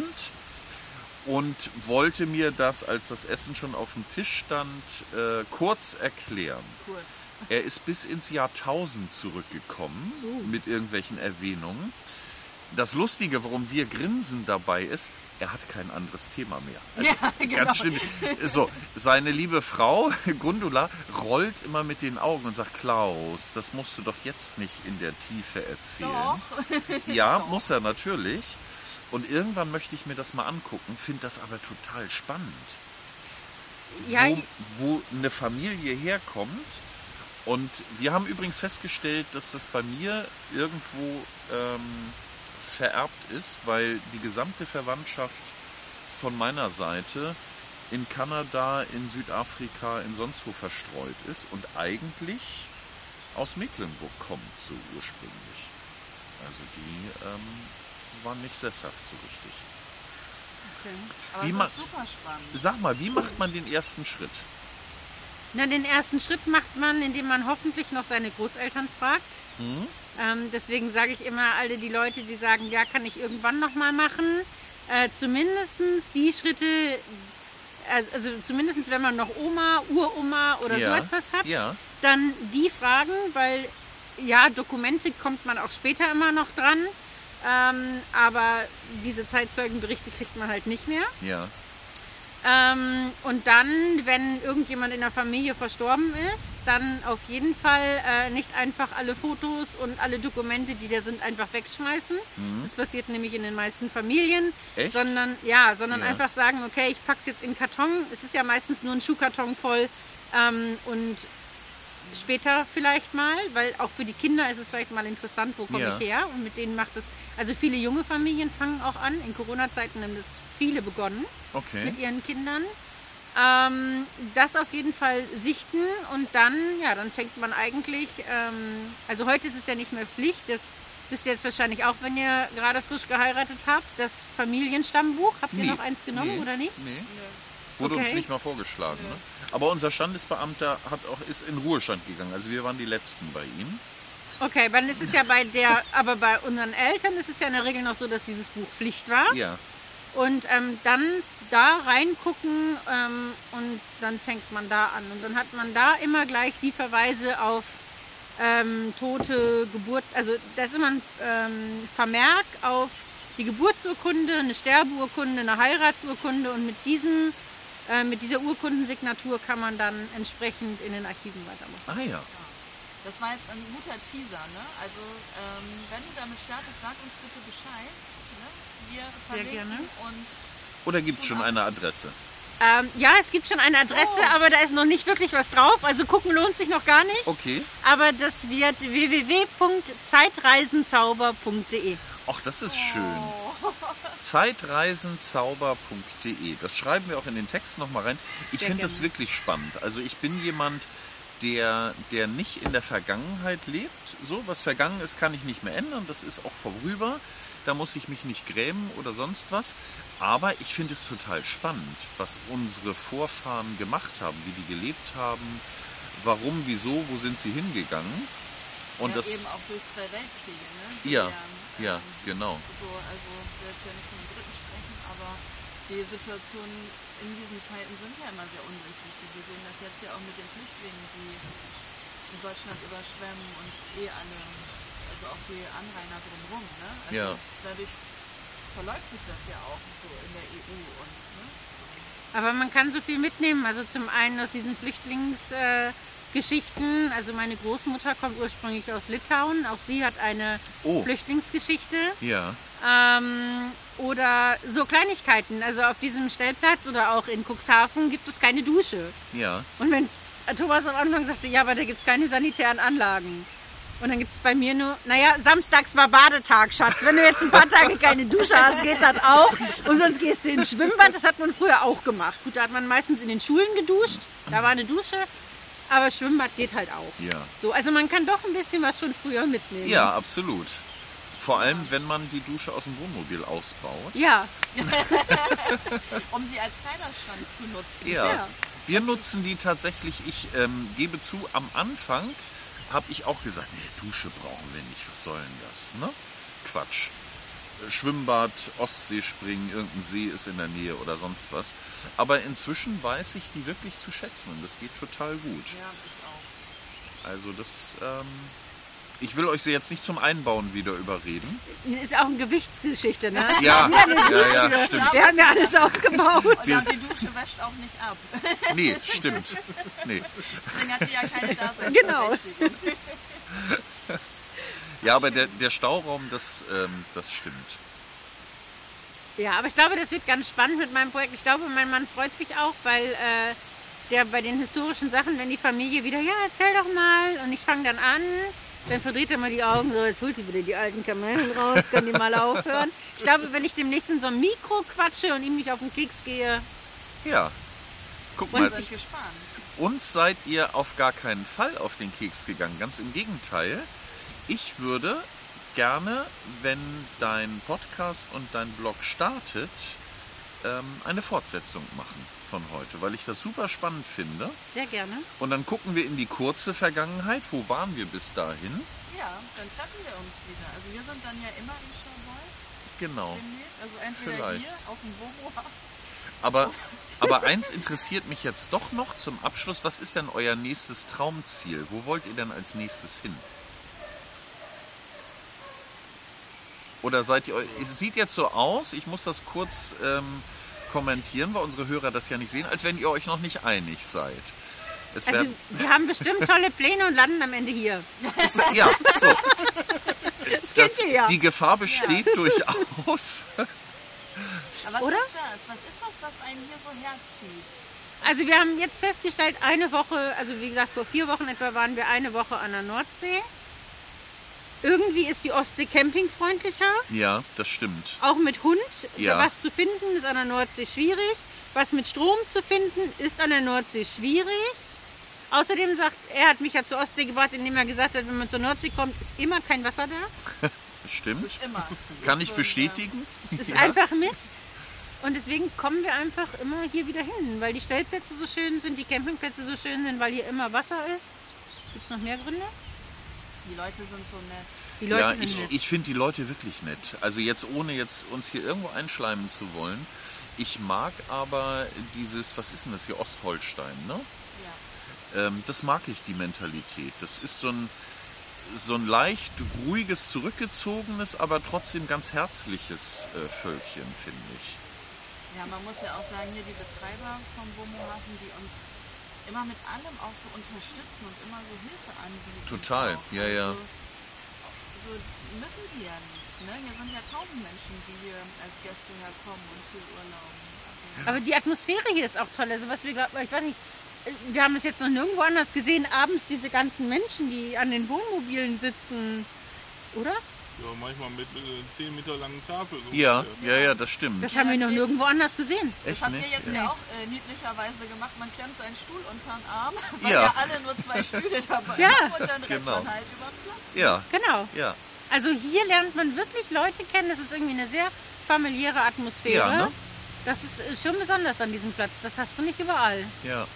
und wollte mir das, als das Essen schon auf dem Tisch stand, äh, kurz erklären. Kurz. Er ist bis ins Jahrtausend zurückgekommen mit irgendwelchen Erwähnungen. Das Lustige, warum wir grinsen dabei ist, er hat kein anderes Thema mehr. Also Ja, genau. Ganz schlimm. So, seine liebe Frau, Gundula, rollt immer mit den Augen und sagt, Klaus, das musst du doch jetzt nicht in der Tiefe erzählen. Doch. Ja, muss er natürlich. Und irgendwann möchte ich mir das mal angucken, finde das aber total spannend. Ja, wo, wo eine Familie herkommt. Und wir haben übrigens festgestellt, dass das bei mir irgendwo ähm, vererbt ist, weil die gesamte Verwandtschaft von meiner Seite in Kanada, in Südafrika, in sonst wo verstreut ist und eigentlich aus Mecklenburg kommt, so ursprünglich. Also die ähm, waren nicht sesshaft so richtig. okay. Aber Wie es ma- ist super spannend. Sag mal, wie macht man den ersten Schritt? Na, den ersten Schritt macht man, indem man hoffentlich noch seine Großeltern fragt. Hm? Ähm, deswegen sage ich immer, alle die Leute, die sagen, ja, kann ich irgendwann noch mal machen, äh, zumindest die Schritte, also, also zumindest wenn man noch Oma, Uroma oder Ja, so etwas hat, ja. dann die fragen, weil ja, Dokumente kommt man auch später immer noch dran, ähm, aber diese Zeitzeugenberichte kriegt man halt nicht mehr. Ja. Ähm, und dann, wenn irgendjemand in der Familie verstorben ist, dann auf jeden Fall äh, nicht einfach alle Fotos und alle Dokumente, die da sind, einfach wegschmeißen. Das passiert nämlich in den meisten Familien. Echt? Sondern, ja, sondern Ja. einfach sagen, okay, ich pack's jetzt in den Karton. Es ist ja meistens nur ein Schuhkarton voll ähm, und später vielleicht mal, weil auch für die Kinder ist es vielleicht mal interessant, wo komme Ja. ich her und mit denen macht es, also viele junge Familien fangen auch an, in Corona-Zeiten haben das viele begonnen Okay. mit ihren Kindern. Ähm, das auf jeden Fall sichten und dann, ja, dann fängt man eigentlich, ähm, also heute ist es ja nicht mehr Pflicht, das wisst ihr jetzt wahrscheinlich auch, wenn ihr gerade frisch geheiratet habt, das Familienstammbuch, habt ihr Nee. noch eins genommen Nee. oder nicht? Nee. Wurde uns Okay. nicht mal vorgeschlagen. Ne? Aber unser Standesbeamter hat auch, ist in Ruhestand gegangen. Also wir waren die Letzten bei ihm. Okay, dann ist es ja bei der, aber bei unseren Eltern ist es ja in der Regel noch so, dass dieses Buch Pflicht war. Ja. Und ähm, dann da reingucken ähm, und dann fängt man da an. Und dann hat man da immer gleich die Verweise auf ähm, tote Geburt. Also da ist immer ein ähm, Vermerk auf die Geburtsurkunde, eine Sterbeurkunde, eine Heiratsurkunde. Und mit, diesen, äh, mit dieser Urkundensignatur kann man dann entsprechend in den Archiven weitermachen. Ah ja. Das war jetzt ein guter Teaser, ne? Also, ähm, wenn du damit startest, sag uns bitte Bescheid. Ne? Wir Sehr verlinken gerne. und Oder gibt es schon eine Adresse? Ähm, ja, es gibt schon eine Adresse, Oh. aber da ist noch nicht wirklich was drauf. Also gucken lohnt sich noch gar nicht. Okay. Aber das wird w w w punkt zeitreisenzauber punkt d e. Ach, das ist schön. Oh. zeitreisenzauber punkt d e. Das schreiben wir auch in den Text nochmal rein. Ich Sehr finde das gerne. wirklich spannend. Also ich bin jemand, der, der nicht in der Vergangenheit lebt. So, was vergangen ist, kann ich nicht mehr ändern. Das ist auch vorüber. Da muss ich mich nicht grämen oder sonst was. Aber ich finde es total spannend, was unsere Vorfahren gemacht haben, wie die gelebt haben, warum, wieso, wo sind sie hingegangen. Und ja, das, eben auch durch zwei Weltkriege, ne? Die ja, ähm, ja, genau. So, also ich will jetzt ja nicht von den Dritten sprechen, aber die Situationen in diesen Zeiten sind ja immer sehr undurchsichtig. Wir sehen das jetzt ja auch mit den Flüchtlingen, die in Deutschland überschwemmen und eh alle, also auch die Anrainer drumherum, ne? Also Ja. dadurch verläuft sich das ja auch so in der E U und ne? So. Aber man kann so viel mitnehmen. Also zum einen aus diesen Flüchtlingskampen, äh, Geschichten. Also meine Großmutter kommt ursprünglich aus Litauen. Auch sie hat eine Oh. Flüchtlingsgeschichte. Ja. Ähm, oder so Kleinigkeiten. Also auf diesem Stellplatz oder auch in Cuxhaven gibt es keine Dusche. Ja. Und wenn Thomas am Anfang sagte, ja, aber da gibt es keine sanitären Anlagen. Und dann gibt es bei mir nur, naja, samstags war Badetag, Schatz. Wenn du jetzt ein paar Tage keine Dusche hast, geht das auch. Und sonst gehst du ins Schwimmbad, das hat man früher auch gemacht. Gut, da hat man meistens in den Schulen geduscht, da war eine Dusche, aber Schwimmbad geht halt auch. Ja. So, also man kann doch ein bisschen was von früher mitnehmen. Ja, absolut. Vor allem, wenn man die Dusche aus dem Wohnmobil ausbaut. Ja, Um sie als Kleiderschrank zu nutzen. Ja. Ja. Wir nutzen die tatsächlich, ich ähm, gebe zu, am Anfang habe ich auch gesagt, nee, Dusche brauchen wir nicht, was soll denn das, ne? Quatsch. Schwimmbad, Ostsee springen, irgendein See ist in der Nähe oder sonst was. Aber inzwischen weiß ich die wirklich zu schätzen und das geht total gut. Ja, ich auch. Also das, ähm, ich will euch sie jetzt nicht zum Einbauen wieder überreden. ist auch eine Gewichtsgeschichte, ne? Ja, Wieder eine ja, ja, Dusche. stimmt. Wir haben ja alles aufgebaut. Und Wir- dann die Dusche wäscht auch nicht ab. Nee, stimmt. Nee. Deswegen hat die ja keine Genau. Daseinsberechtigung. Ja, aber der, der Stauraum, das, ähm, das stimmt. Ja, aber ich glaube, das wird ganz spannend mit meinem Projekt. Ich glaube, mein Mann freut sich auch, weil äh, der bei den historischen Sachen, wenn die Familie wieder, ja, erzähl doch mal. Und ich fange dann an, dann verdreht er mal die Augen, so, jetzt holt die wieder die alten Kamellen raus, können die mal aufhören. Ich glaube, wenn ich demnächst in so einem Mikro quatsche und ihm nicht auf den Keks gehe, Ja. Guck Und mal, sind gespannt. uns seid ihr auf gar keinen Fall auf den Keks gegangen. Ganz im Gegenteil. Ich würde gerne, wenn dein Podcast und dein Blog startet, ähm, eine Fortsetzung machen von heute, weil ich das super spannend finde. sehr gerne. Und dann gucken wir in die kurze Vergangenheit. Wo waren wir bis dahin? Ja, dann treffen wir uns wieder. Also wir sind dann ja immer in Scharbeutz Genau. demnächst. Also entweder Vielleicht. hier auf dem Womo. Aber, aber eins interessiert mich jetzt doch noch zum Abschluss. Was ist denn euer nächstes Traumziel? Wo wollt ihr denn als nächstes hin? Oder seid ihr, es sieht jetzt so aus, ich muss das kurz ähm, kommentieren, weil unsere Hörer das ja nicht sehen, als wenn ihr euch noch nicht einig seid. Es Also wär, wir haben bestimmt tolle Pläne und landen am Ende hier. ist, ja, so. Das kennt Das, ihr ja. die Gefahr besteht durchaus. Aber was Oder? ist das? Was ist das, was einen hier so herzieht? Also wir haben jetzt festgestellt, eine Woche, also wie gesagt, vor vier Wochen etwa waren wir eine Woche an der Nordsee. Irgendwie ist die Ostsee campingfreundlicher, Ja, das stimmt. auch mit Hund. Ja. Was zu finden ist an der Nordsee schwierig. Was mit Strom zu finden ist an der Nordsee schwierig. Außerdem sagt, er hat mich ja zur Ostsee gebracht, indem er gesagt hat, wenn man zur Nordsee kommt, ist immer kein Wasser da. Das stimmt. Ist immer. Kann ich So, bestätigen. Es ist Ja. einfach Mist. Und deswegen kommen wir einfach immer hier wieder hin, weil die Stellplätze so schön sind, die Campingplätze so schön sind, weil hier immer Wasser ist. Gibt es noch mehr Gründe? Die Leute sind so nett. Die Leute Ja, sind ich, nett. ich finde die Leute wirklich nett. Also jetzt ohne jetzt uns hier irgendwo einschleimen zu wollen. Ich mag aber dieses, was ist denn das hier, Ostholstein, ne? Ja. Ähm, das mag ich, die Mentalität. Das ist so ein, so ein leicht ruhiges, zurückgezogenes, aber trotzdem ganz herzliches äh, Völkchen, finde ich. Ja, man muss ja auch sagen, hier die Betreiber vom Womohafen, die uns immer mit allem auch so unterstützen und immer so Hilfe anbieten. Total, auch. ja, ja. Also, so müssen sie ja nicht. Ne? Hier sind ja tausend Menschen, die hier als Gäste herkommen und hier urlauben. Also, Aber die Atmosphäre hier ist auch toll. Also was wir glauben, ich weiß nicht, wir haben es jetzt noch nirgendwo anders gesehen, abends diese ganzen Menschen, die an den Wohnmobilen sitzen. Oder? Ja, manchmal mit äh, zehn Meter langen Tafel. So Ja, ungefähr. ja, ja, das stimmt. Das haben wir noch nirgendwo anders gesehen. das Echt, habt ne? ihr jetzt Ja. ja, auch äh, niedlicherweise gemacht. Man klemmt seinen Stuhl unter den Arm, weil Ja. ja, alle nur zwei Stühle dabei Ja. haben und dann rennt Genau. man halt über den Platz. Ja, Genau. ja. Also hier lernt man wirklich Leute kennen. Das ist irgendwie eine sehr familiäre Atmosphäre. Ja, ne? Das ist äh, schon besonders an diesem Platz. Das hast du nicht überall. Ja.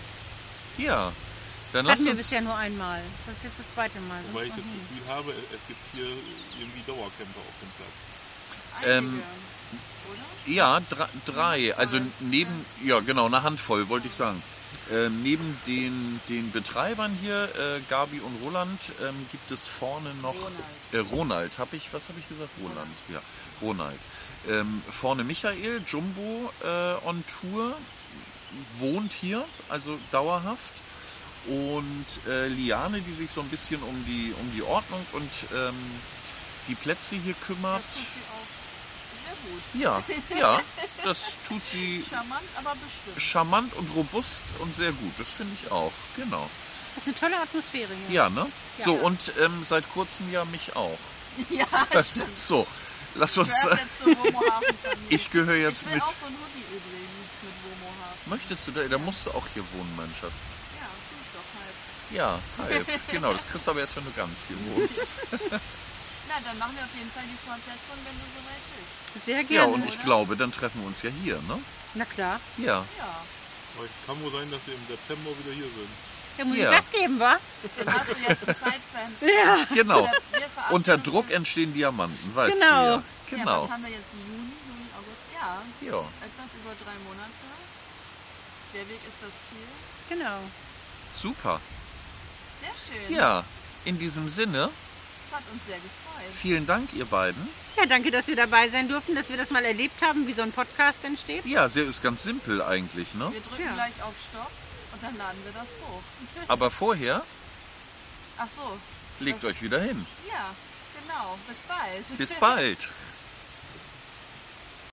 Ja. Dann Das lass hatten wir uns. bisher nur einmal. Das ist jetzt das zweite Mal. Wobei sonst ich noch das nie. Gefühl habe, es gibt hier irgendwie Dauercamper auf dem Platz. Einige, Ähm, oder? Ja, dr- drei. Also neben, ja genau, eine Handvoll, wollte ich sagen. Ähm, neben den, den Betreibern hier, äh, Gabi und Roland, ähm, gibt es vorne noch Ronald. Äh, Ronald. Hab ich, was habe ich gesagt? Roland. Ja, Ronald. Ähm, vorne Michael, Jumbo äh, on Tour, wohnt hier, also dauerhaft. Und äh, Liane, die sich so ein bisschen um die, um die Ordnung und ähm, die Plätze hier kümmert. Das tut sie auch sehr gut. Ja, ja, das tut sie Charmant, aber bestimmt. charmant und robust und sehr gut. Das finde ich auch, genau. Das ist eine tolle Atmosphäre hier. Ja, ne? Ja. So, und ähm, seit kurzem ja mich auch. Ja, stimmt. So, lass Du uns... gehörst jetzt zur Womo-Hafen-Familie. Ich gehöre jetzt ich will mit... auch so ein Hoodie übrigens mit Womo-Hafen. Möchtest du da? Da musst du auch hier wohnen, mein Schatz. Ja, tu ich doch halt. Ja, halb. Genau, das kriegst du aber erst, wenn du ganz hier wohnst. Na, dann machen wir auf jeden Fall die Fortsetzung, wenn du soweit bist. Sehr Ja, gerne. und ich oder? glaube, dann treffen wir uns ja hier, ne? Na klar. Ja. Ja, Aber es kann wohl sein, dass wir im September wieder hier sind. Da muss Ja. ich Gas geben, wa? dann hast du jetzt ein Zeitfenster. Ja. Genau. Wir verabschieden Unter uns Druck jetzt- entstehen Diamanten, weißt Genau. du ja. Ja, Genau. was haben wir jetzt? Juni, Juli, August? Ja, Ja. etwas über drei Monate. Der Weg ist das Ziel. Genau. Super. Sehr schön. Ja, in diesem Sinne, Das hat uns sehr gefreut. vielen Dank, ihr beiden. Ja, danke, dass wir dabei sein durften, dass wir das mal erlebt haben, wie so ein Podcast entsteht. Ja, sehr ist ganz simpel eigentlich, ne? Wir drücken Ja. gleich auf Stopp und dann laden wir das hoch. Aber vorher, Ach so. legt euch wieder hin. Ja, genau. Bis bald. Bis bald.